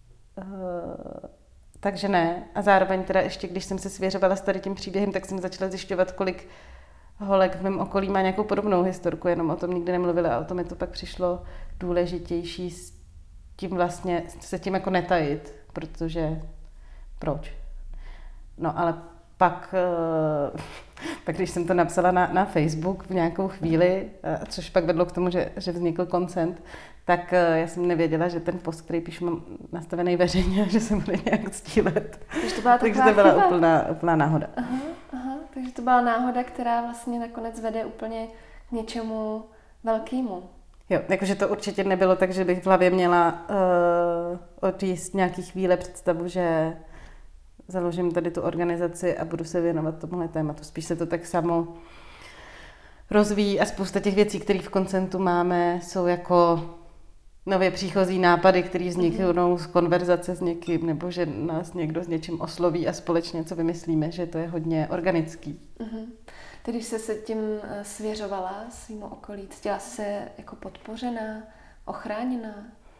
Takže ne. A zároveň teda ještě, když jsem se svěřovala s tady tím příběhem, tak jsem začala zjišťovat, kolik holek v mém okolí má nějakou podobnou historku, jenom o tom nikdy nemluvili a o tom mi to pak přišlo důležitější se tím jako netajit, protože proč? No ale pak když jsem to napsala na Facebook v nějakou chvíli, což pak vedlo k tomu, že vznikl Consent, tak já jsem nevěděla, že ten post, který píšu, mám nastavený veřejně, že se bude nějak sdílet. Takže to byla úplná náhoda. Aha, takže to byla náhoda, která vlastně nakonec vede úplně k něčemu velkému. Jo, jakože to určitě nebylo tak, že bych v hlavě měla od nějaký chvíle představu, že založím tady tu organizaci a budu se věnovat tomuhle tématu. Spíš se to tak samo rozvíjí a spousta těch věcí, které v Consentu máme, jsou jako nově příchozí nápady, které vzniknou z konverzace s někým, nebo že nás někdo s něčím osloví a společně něco vymyslíme, že to je hodně organický. Tedy když jsi se tím svěřovala svýmu okolí, cítila se jako podpořená, ochráněná?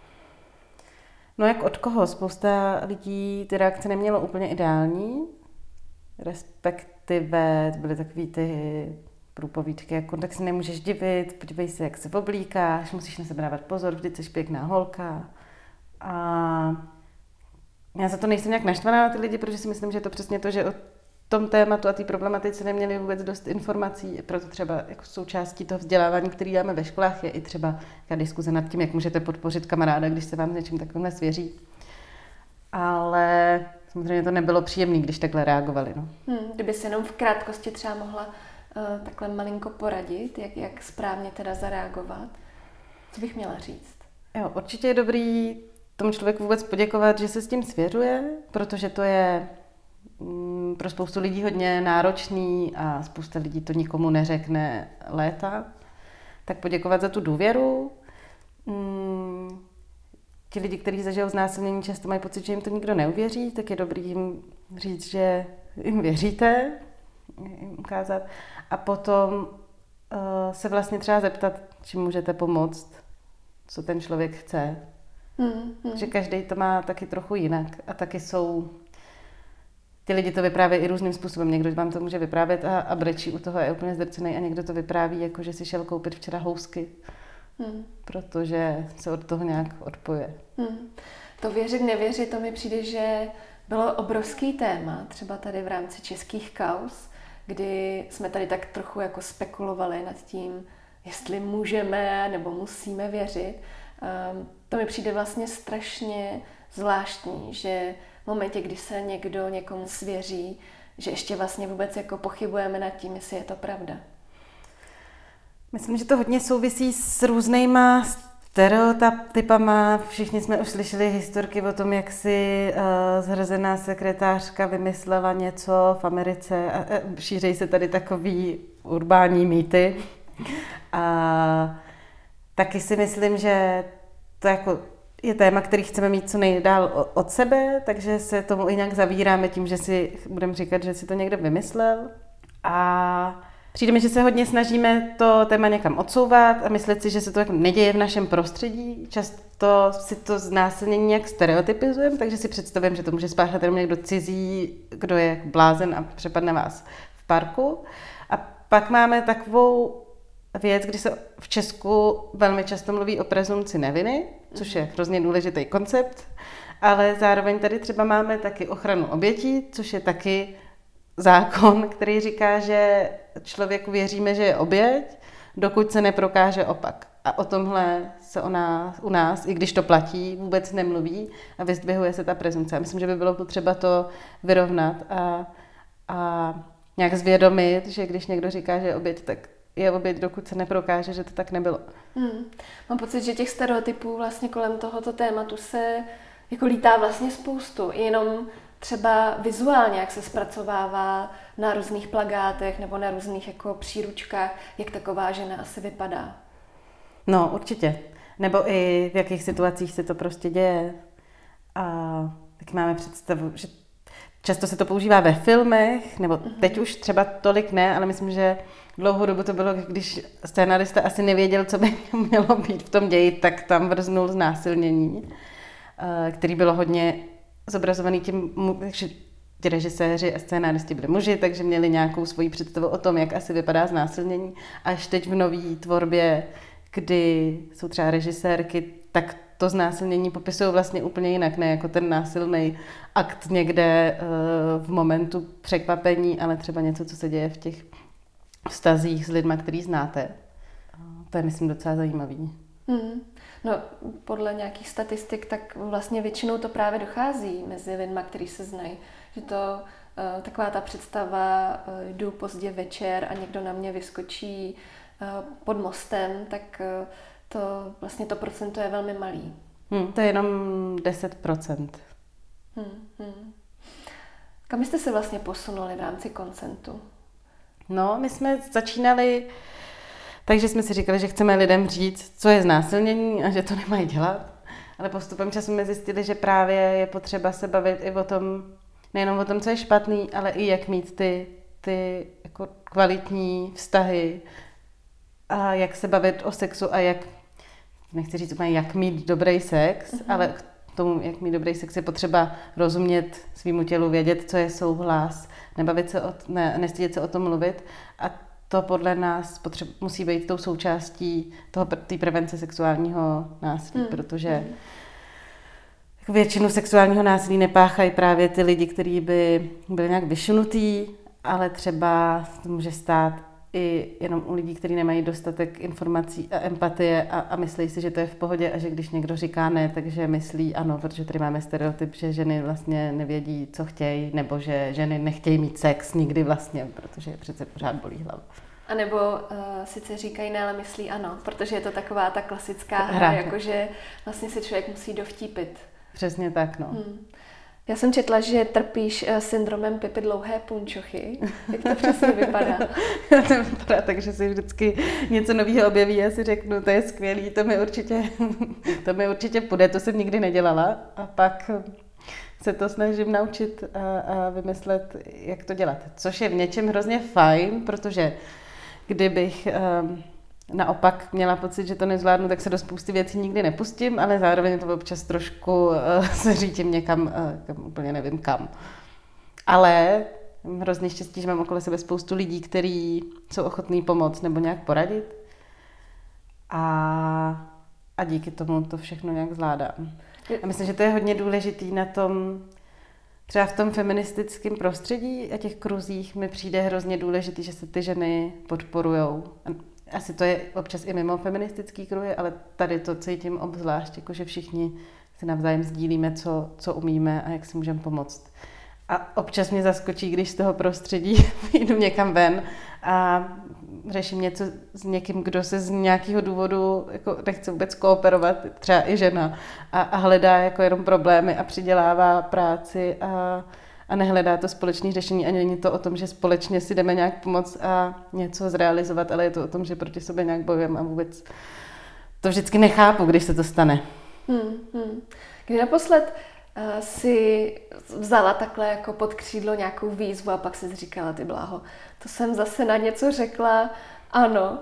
No jak od koho? Spousta lidí ty reakce nemělo úplně ideální, respektive byly takový ty průpovídky, jako tak se nemůžeš divit, podívej se, jak se oblíkáš, musíš na sebe dávat pozor, vždyť jsi pěkná holka. A já za to nejsem nějak naštvaná na ty lidi, protože si myslím, že je to přesně to, že o tom tématu a té problematice neměli vůbec dost informací, proto třeba jako součástí toho vzdělávání, který dáme ve školách, je i třeba diskuze nad tím, jak můžete podpořit kamaráda, když se vám s něčím takovým svěří. Ale samozřejmě to nebylo příjemné, když takhle reagovali. No. Kdyby si jenom v krátkosti třeba mohla takhle malinko poradit, jak správně teda zareagovat, co bych měla říct? Jo, určitě je dobrý tomu člověku vůbec poděkovat, že se s tím svěřuje, protože to je pro spoustu lidí hodně náročný a spousta lidí to nikomu neřekne léta. Tak poděkovat za tu důvěru. Ti lidi, kteří zažijou znásilnění, často mají pocit, že jim to nikdo neuvěří, tak je dobrý jim říct, že jim věříte, jim ukázat. A potom se vlastně třeba zeptat, čím můžete pomoct, co ten člověk chce. Že každý to má taky trochu jinak a taky jsou... Ty lidi to vyprávějí i různým způsobem. Někdo vám to může vyprávět a brečí u toho, je úplně zdrcený a někdo to vypráví, jako že si šel koupit včera housky, protože se od toho nějak odpoje. To věřit, nevěřit, to mi přijde, že bylo obrovský téma, třeba tady v rámci českých kauz, kdy jsme tady tak trochu jako spekulovali nad tím, jestli můžeme nebo musíme věřit. To mi přijde vlastně strašně zvláštní, že v momentě, kdy se někdo někomu svěří, že ještě vlastně vůbec jako pochybujeme nad tím, jestli je to pravda. Myslím, že to hodně souvisí s různýma stereotypama. Všichni jsme už slyšeli historky o tom, jak si zhrzená sekretářka vymyslela něco v Americe a šíří se tady takový urbání mýty. A taky si myslím, že to jako je téma, který chceme mít co nejdál od sebe, takže se tomu i nějak zavíráme tím, že si budeme říkat, že si to někdo vymyslel. A přijde mi, že se hodně snažíme to téma někam odsouvat a myslet si, že se to jako neděje v našem prostředí. Často si to znásilnění nějak stereotypizujeme, takže si představím, že to může spáchat jenom někdo cizí, kdo je blázen a přepadne vás v parku. A pak máme takovou věc, kdy se v Česku velmi často mluví o prezumci neviny, což je hrozně důležitý koncept, ale zároveň tady třeba máme taky ochranu obětí, což je taky zákon, který říká, že člověku věříme, že je oběť, dokud se neprokáže opak. A o tomhle se u nás, i když to platí, vůbec nemluví a vyzdvihuje se ta prezumce. Myslím, že by bylo potřeba to vyrovnat a nějak zvědomit, že když někdo říká, že je oběť, tak je oběť, dokud se neprokáže, že to tak nebylo. Mám pocit, že těch stereotypů vlastně kolem tohoto tématu se jako lítá vlastně spoustu. Jenom třeba vizuálně, jak se zpracovává na různých plakátech nebo na různých jako příručkách, jak taková žena asi vypadá. No, určitě. Nebo i v jakých situacích se to prostě děje. A tak máme představu, že často se to používá ve filmech, nebo teď už třeba tolik ne, ale myslím, že dlouhou dobu to bylo, když scénarista asi nevěděl, co by mělo být v tom ději, tak tam vrznul znásilnění, který bylo hodně zobrazovaný tím, že ti režiséři a scénáristi byli muži, takže měli nějakou svoji představu o tom, jak asi vypadá znásilnění. Až teď v nový tvorbě, kdy jsou třeba režisérky, tak to znásilnění popisují vlastně úplně jinak, ne jako ten násilný akt někde v momentu překvapení, ale třeba něco, co se děje v těch vztazích s lidma, který znáte. To je, myslím, docela zajímavý. No, podle nějakých statistik, tak vlastně většinou to právě dochází mezi lidma, kteří se znají. Že to taková ta představa, jdu pozdě večer a někdo na mě vyskočí pod mostem, tak to procento je velmi malý. To je jenom 10%. Kam jste se vlastně posunuli v rámci konsentu? No, my jsme začínali, takže jsme si říkali, že chceme lidem říct, co je znásilnění a že to nemají dělat. Ale postupem času jsme zjistili, že právě je potřeba se bavit i o tom, nejenom o tom, co je špatný, ale i jak mít ty jako kvalitní vztahy a jak se bavit o sexu a jak, nechci říct úplně, jak mít dobrý sex, ale k tomu, jak mít dobrý sex, je potřeba rozumět svýmu tělu, vědět, co je souhlas, nestydět se o tom mluvit. A to podle nás musí být tou součástí té prevence sexuálního násilí, protože většinu sexuálního násilí nepáchají právě ty lidi, kteří by byli nějak vyšunutý, ale třeba to může stát i jenom u lidí, kteří nemají dostatek informací a empatie a myslí si, že to je v pohodě a že když někdo říká ne, takže myslí ano, protože tady máme stereotyp, že ženy vlastně nevědí, co chtějí, nebo že ženy nechtějí mít sex nikdy vlastně, protože je přece pořád bolí hlava. A nebo sice říkají ne, ale myslí ano, protože je to taková ta klasická hra, jakože vlastně se člověk musí dovtípit. Přesně tak, no. Já jsem četla, že trpíš syndromem Pipy dlouhé punčochy. Jak to přesně vypadá? To vypadá tak, že si vždycky něco nového objeví a si řeknu, to je skvělý, to mi určitě půjde, to jsem nikdy nedělala. A pak se to snažím naučit a vymyslet, jak to dělat. Což je v něčem hrozně fajn, protože kdybych naopak měla pocit, že to nezvládnu, tak se do spousty věcí nikdy nepustím, ale zároveň to občas trošku se řítím někam, úplně nevím kam. Ale hrozně štěstí, že mám okolo sebe spoustu lidí, kteří jsou ochotní pomoct nebo nějak poradit. A díky tomu to všechno nějak zvládám. A myslím, že to je hodně důležitý na tom, třeba v tom feministickém prostředí a těch kruzích mi přijde hrozně důležitý, že se ty ženy podporujou. Asi to je občas i mimo feministický kruhy, ale tady to cítím obzvlášť, jako že všichni si navzájem sdílíme, co umíme a jak si můžeme pomoct. A občas mě zaskočí, když z toho prostředí jdu někam ven a řeším něco s někým, kdo se z nějakého důvodu jako nechce vůbec kooperovat, třeba i žena, a hledá jako jenom problémy a přidělává práci a nehledá to společné řešení a není to o tom, že společně si jdeme nějak pomoct a něco zrealizovat, ale je to o tom, že proti sobě nějak bojujeme a vůbec to vždycky nechápu, když se to stane. Kdy naposled si vzala takhle jako pod křídlo nějakou výzvu a pak si říkala, ty bláho, to jsem zase na něco řekla, ano.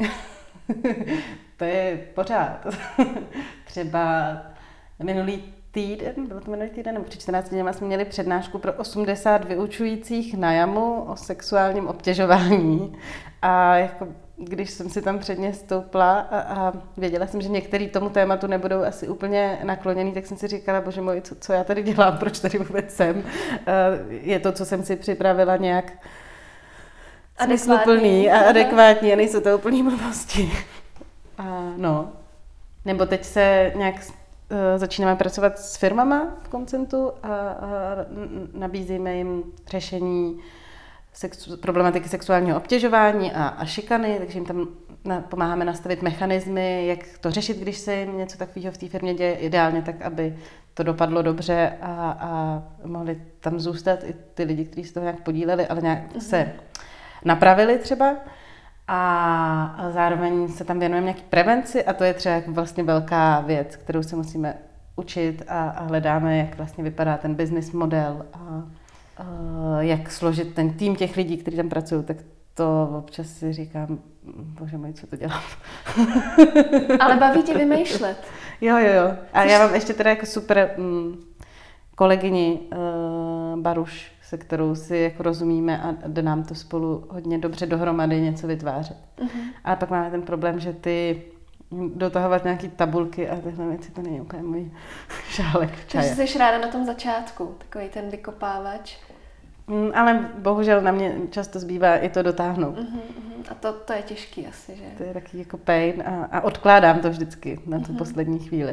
To je pořád. Třeba minulý týden, bylo to minulý týden, nebo před 14 dny jsme měli přednášku pro 80 vyučujících na JAMu o sexuálním obtěžování. A jako, když jsem si tam předně stoupla a věděla jsem, že některý tomu tématu nebudou asi úplně nakloněný, tak jsem si říkala, bože můj, co já tady dělám, proč tady vůbec jsem. Je to, co jsem si připravila nějak smysluplný a adekvátní a nejsou to úplný blbosti. No. Nebo teď se nějak začínáme pracovat s firmama v konsentu a nabízíme jim řešení problematiky sexuálního obtěžování a šikany, takže jim tam pomáháme nastavit mechanismy, jak to řešit, když se jim něco takového v té firmě děje, ideálně tak, aby to dopadlo dobře a mohli tam zůstat i ty lidi, kteří se toho nějak podíleli, ale nějak se napravili třeba. A zároveň se tam věnujeme nějaký prevenci a to je třeba jako vlastně velká věc, kterou se musíme učit a hledáme, jak vlastně vypadá ten business model a jak složit ten tým těch lidí, kteří tam pracují, tak to občas si říkám, bože můj, co to dělám. Ale baví tě vymýšlet. Jo. A já mám ještě teda jako super kolegyni Baruš, se kterou si jako rozumíme a jde nám to spolu hodně dobře dohromady něco vytvářet. Ale pak máme ten problém, že ty dotahovat nějaký tabulky a tyhle věci, to není úplně můj šálek čaje. Takže jsi ráda na tom začátku, takový ten vykopávač. Ale bohužel na mě často zbývá i to dotáhnout. A to je těžký asi, že? To je taky jako pain a odkládám to vždycky na tu poslední chvíli.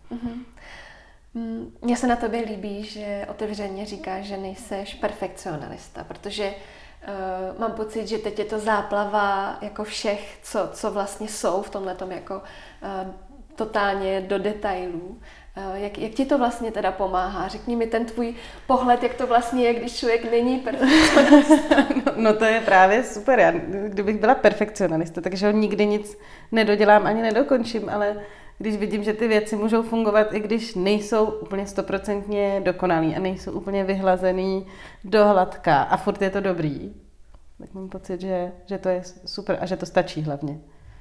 Mně se na tobě líbí, že otevřeně říkáš, že nejseš perfekcionalista, protože mám pocit, že teď je to záplava jako všech, co vlastně jsou v tomhletom jako totálně do detailů. Jak ti to vlastně teda pomáhá? Řekni mi ten tvůj pohled, jak to vlastně je, když člověk není perfekcionalista. No to je právě super. Já, kdybych byla perfekcionalista, takže ho nikdy nic nedodělám ani nedokončím, ale když vidím, že ty věci můžou fungovat, i když nejsou úplně 100% dokonalý a nejsou úplně vyhlazený do hladka a furt je to dobrý, tak mám pocit, že to je super a že to stačí hlavně.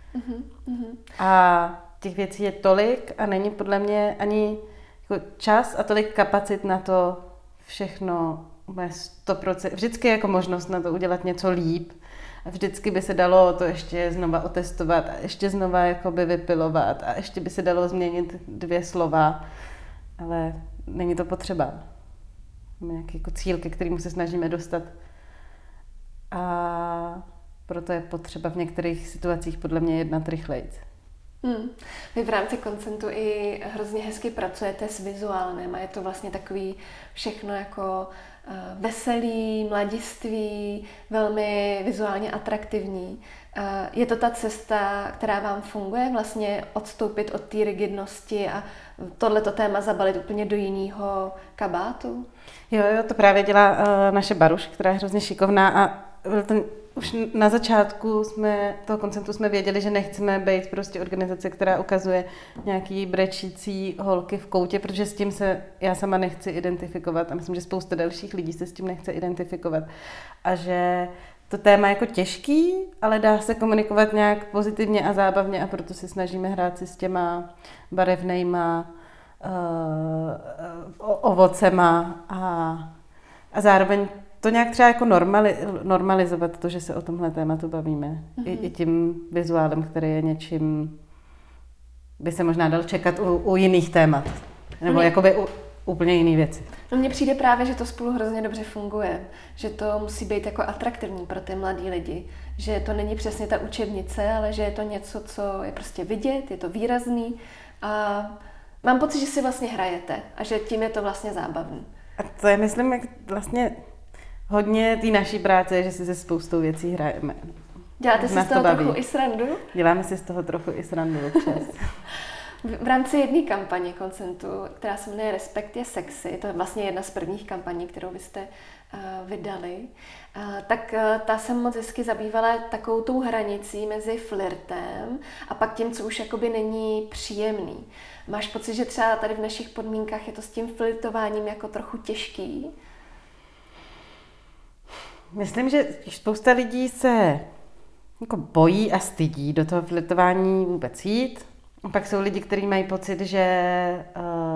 A těch věcí je tolik a není podle mě ani jako čas a tolik kapacit na to všechno 100%. Vždycky je jako možnost na to udělat něco líp. A vždycky by se dalo to ještě znova otestovat a ještě znova jakoby vypilovat a ještě by se dalo změnit 2 slova, ale není to potřeba. Máme nějaký jako cíl, ke kterému se snažíme dostat. A proto je potřeba v některých situacích podle mě jednat rychlejc. Vy v rámci Koncentu i hrozně hezky pracujete s vizuálem a je to vlastně takový všechno jako veselý, mladiství, velmi vizuálně atraktivní. Je to ta cesta, která vám funguje, vlastně odstoupit od té rigidnosti a tohleto téma zabalit úplně do jiného kabátu? Jo, to právě dělá naše Baruš, která je hrozně šikovná a už na začátku toho Koncentu jsme věděli, že nechceme být prostě organizace, která ukazuje nějaký brečící holky v koutě, protože s tím se já sama nechci identifikovat a myslím, že spousta dalších lidí se s tím nechce identifikovat. A že to téma je jako těžký, ale dá se komunikovat nějak pozitivně a zábavně a proto si snažíme hrát si s těma barevnejma ovocema a zároveň to nějak třeba jako normalizovat to, že se o tomhle tématu bavíme. I tím vizuálem, který je něčím, by se možná dal čekat u jiných témat. Nebo jakoby u úplně jiný věci. No mně přijde právě, že to spolu hrozně dobře funguje. Že to musí být jako atraktivní pro ty mladý lidi. Že to není přesně ta učebnice, ale že je to něco, co je prostě vidět, je to výrazný. A mám pocit, že si vlastně hrajete a že tím je to vlastně zábavný. A to je, myslím, jak vlastně hodně té naší práce, že si se spoustou věcí hrajeme. Děláte si z toho trochu i srandu? Děláme si z toho trochu i srandu občas. V rámci jedné kampaně Koncentu, která se jmenuje Respekt je sexy, to je vlastně jedna z prvních kampaní, kterou vy jste vydali, tak ta se moc hezky zabývala takovou tou hranicí mezi flirtem a pak tím, co už jakoby není příjemný. Máš pocit, že třeba tady v našich podmínkách je to s tím flirtováním jako trochu těžký? Myslím, že spousta lidí se jako bojí a stydí do toho flirtování vůbec jít. A pak jsou lidi, kteří mají pocit, že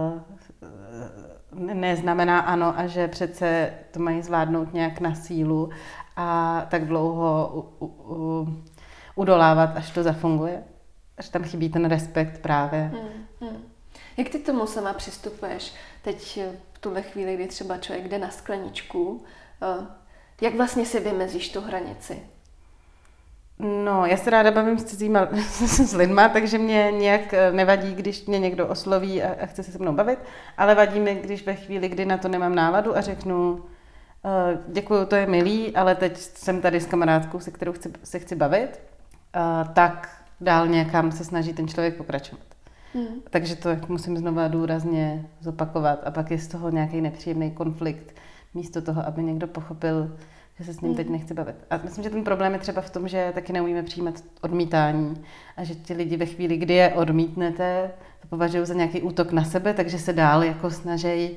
neznamená ano a že přece to mají zvládnout nějak na sílu a tak dlouho udolávat, až to zafunguje. Až tam chybí ten respekt právě. Jak ty tomu sama přistupuješ teď v tuhle chvíli, kdy třeba člověk jde na skleničku, jak vlastně si vymezíš tu hranici? No, já se ráda bavím s cizíma s lidma, takže mě nějak nevadí, když mě někdo osloví a chce se mnou bavit, ale vadí mi, když ve chvíli, kdy na to nemám náladu a řeknu, děkuju, to je milý, ale teď jsem tady s kamarádkou, se kterou se chci bavit, tak dál někam se snaží ten člověk pokračovat. Takže to musím znova důrazně zopakovat a pak je z toho nějaký nepříjemný konflikt, místo toho, aby někdo pochopil, že se s ním teď nechci bavit. A myslím, že ten problém je třeba v tom, že taky neumíme přijímat odmítání a že ti lidi ve chvíli, kdy je odmítnete, to považují za nějaký útok na sebe, takže se dál jako snaží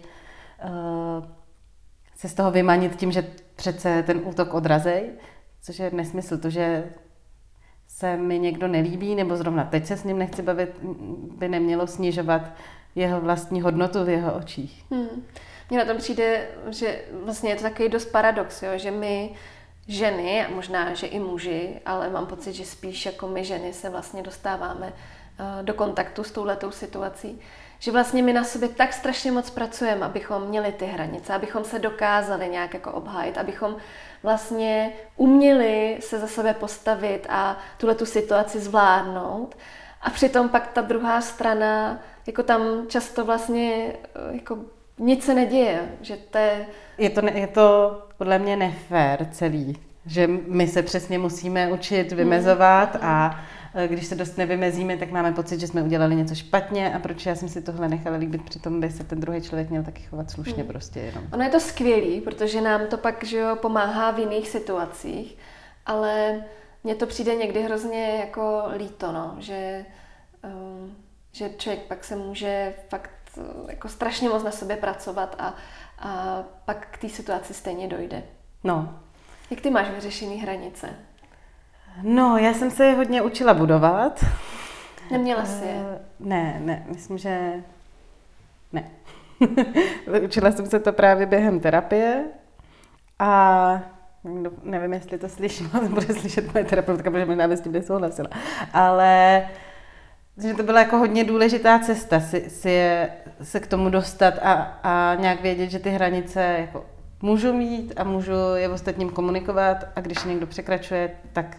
se z toho vymanit tím, že přece ten útok odrazej, což je nesmysl. To, že se mi někdo nelíbí, nebo zrovna teď se s ním nechci bavit, by nemělo snižovat jeho vlastní hodnotu v jeho očích. Mně na tom přijde, že vlastně je to takový dost paradox, jo? Že my ženy, a možná, že i muži, ale mám pocit, že spíš jako my ženy se vlastně dostáváme do kontaktu s touhletou situací, že vlastně my na sobě tak strašně moc pracujeme, abychom měli ty hranice, abychom se dokázali nějak jako obhájit, abychom vlastně uměli se za sebe postavit a tuhletu situaci zvládnout. A přitom pak ta druhá strana, jako tam často vlastně jako nic se neděje, že to je... Je to podle mě nefér celý, že my se přesně musíme učit vymezovat a když se dost nevymezíme, tak máme pocit, že jsme udělali něco špatně a proč já jsem si tohle nechala líbit, přitom by se ten druhý člověk měl taky chovat slušně prostě jenom. Ono je to skvělý, protože nám to pak, že jo, pomáhá v jiných situacích, ale mně to přijde někdy hrozně jako líto, no, že člověk pak se může fakt jako strašně moc na sobě pracovat a pak k té situaci stejně dojde. No. Jak ty máš vyřešený hranice? No, já jsem se je hodně učila budovat. Neměla jsi je? Ne, myslím, že ne. Učila jsem se to právě během terapie a nevím, jestli to slyším, ale bude slyšet moje terapeutka, protože možná by s tím nesouhlasila. Ale že to byla jako hodně důležitá cesta se k tomu dostat a nějak vědět, že ty hranice jako můžu mít a můžu je ostatním komunikovat a když někdo překračuje, tak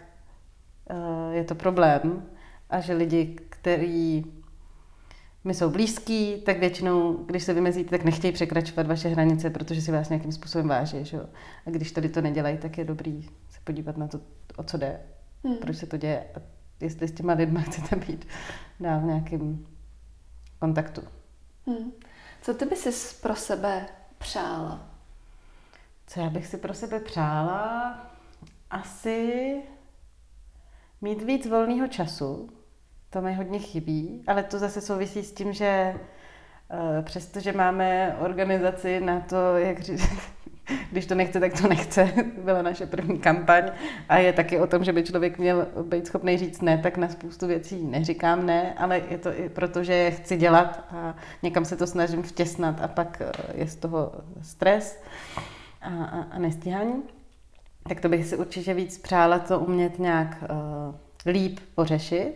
je to problém a že lidi, kteří mi jsou blízký, tak většinou, když se vymezíte, tak nechtějí překračovat vaše hranice, protože si vás nějakým způsobem váží. Že jo? A když tady to nedělají, tak je dobrý se podívat na to, o co jde, proč se to děje a jestli s těma lidma chcete být dál v nějakém kontaktu. Co ty by si pro sebe přála? Co já bych si pro sebe přála? Asi mít víc volného času. To mi hodně chybí, ale to zase souvisí s tím, že přestože máme organizaci na to, jak říct, když to nechce, tak to nechce, byla naše první kampaň a je taky o tom, že by člověk měl být schopný říct ne, tak na spoustu věcí neříkám ne, ale je to i proto, že je chci dělat a někam se to snažím vtěsnat a pak je z toho stres a nestíhání. Tak to bych si určitě víc přála to umět nějak líp pořešit.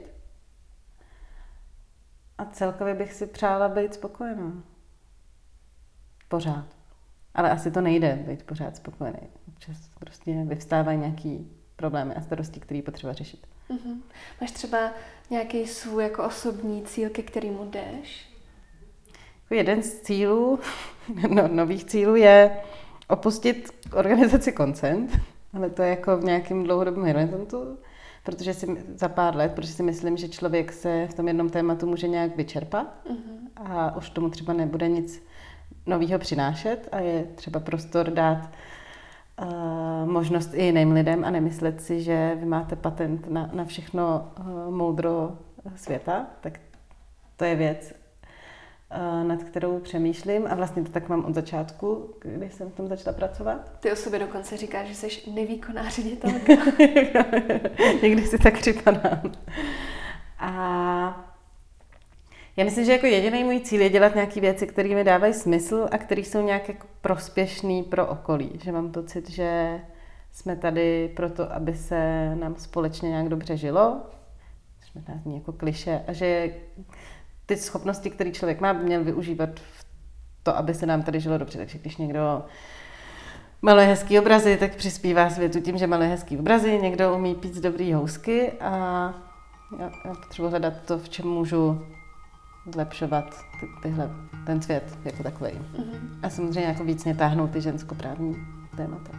A celkově bych si přála být spokojená. Pořád. Ale asi to nejde být pořád spokojený. Občas prostě vyvstávají nějaký problémy a starosti, které potřeba řešit. Máš třeba nějaký svůj jako osobní cíl, ke kterému jdeš? Jeden z cílů, nových cílů je opustit organizaci Koncent, ale to je jako v nějakém dlouhodobém horizontu, protože si za pár let, protože si myslím, že člověk se v tom jednom tématu může nějak vyčerpat a už tomu třeba nebude nic novýho přinášet a je třeba prostor dát možnost i jiným lidem a nemyslet si, že vy máte patent na všechno moudro světa, tak to je věc, nad kterou přemýšlím a vlastně to tak mám od začátku, když jsem v tom začala pracovat. Ty o sobě dokonce říkáš, že jsi nevýkonná ředitelka. Někdy si tak připadám. A já myslím, že jako jediný můj cíl je dělat nějaké věci, které mi dávají smysl a které jsou nějak jako prospěšný pro okolí. Že mám pocit, že jsme tady proto, aby se nám společně nějak dobře žilo. Což možná zní jako klišé. A že ty schopnosti, které člověk má, by měl využívat v to, aby se nám tady žilo dobře. Takže když někdo maluje hezký obrazy, tak přispívá světu tím, že maluje hezký obrazy. Někdo umí pít dobrý housky a já potřebuji hledat to, v čem můžu zlepšovat ten svět jako takový. A samozřejmě jako víc mě táhnou ty ženskoprávní tématem.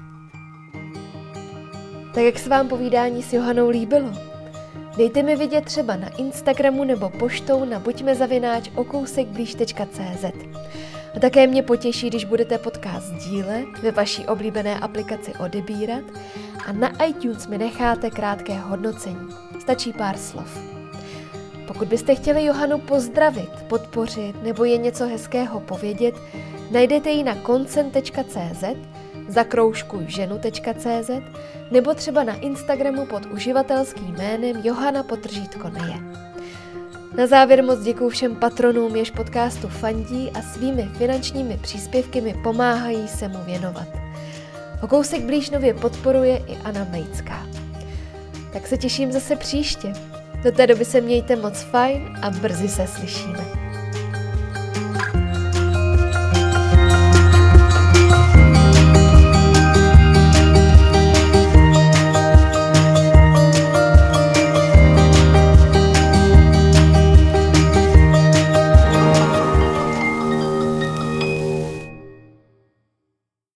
Tak jak se vám povídání s Johanou líbilo? Dejte mi vidět třeba na Instagramu nebo poštou na buďmezavinač_okousekblíž.cz. A také mě potěší, když budete podcast sdílet, ve vaší oblíbené aplikaci odebírat a na iTunes mi necháte krátké hodnocení. Stačí pár slov. Pokud byste chtěli Johanu pozdravit, podpořit nebo je něco hezkého povědět, najdete ji na koncent.cz, zakroužkujženu.cz nebo třeba na Instagramu pod uživatelským jménem Johana_Neje. Na závěr moc děkuju všem patronům, jež podcastu fandí a svými finančními příspěvky mi pomáhají se mu věnovat. O kousek blíž nově podporuje i Anna Mejcká. Tak se těším zase příště. Do té doby se mějte moc fajn a brzy se slyšíme.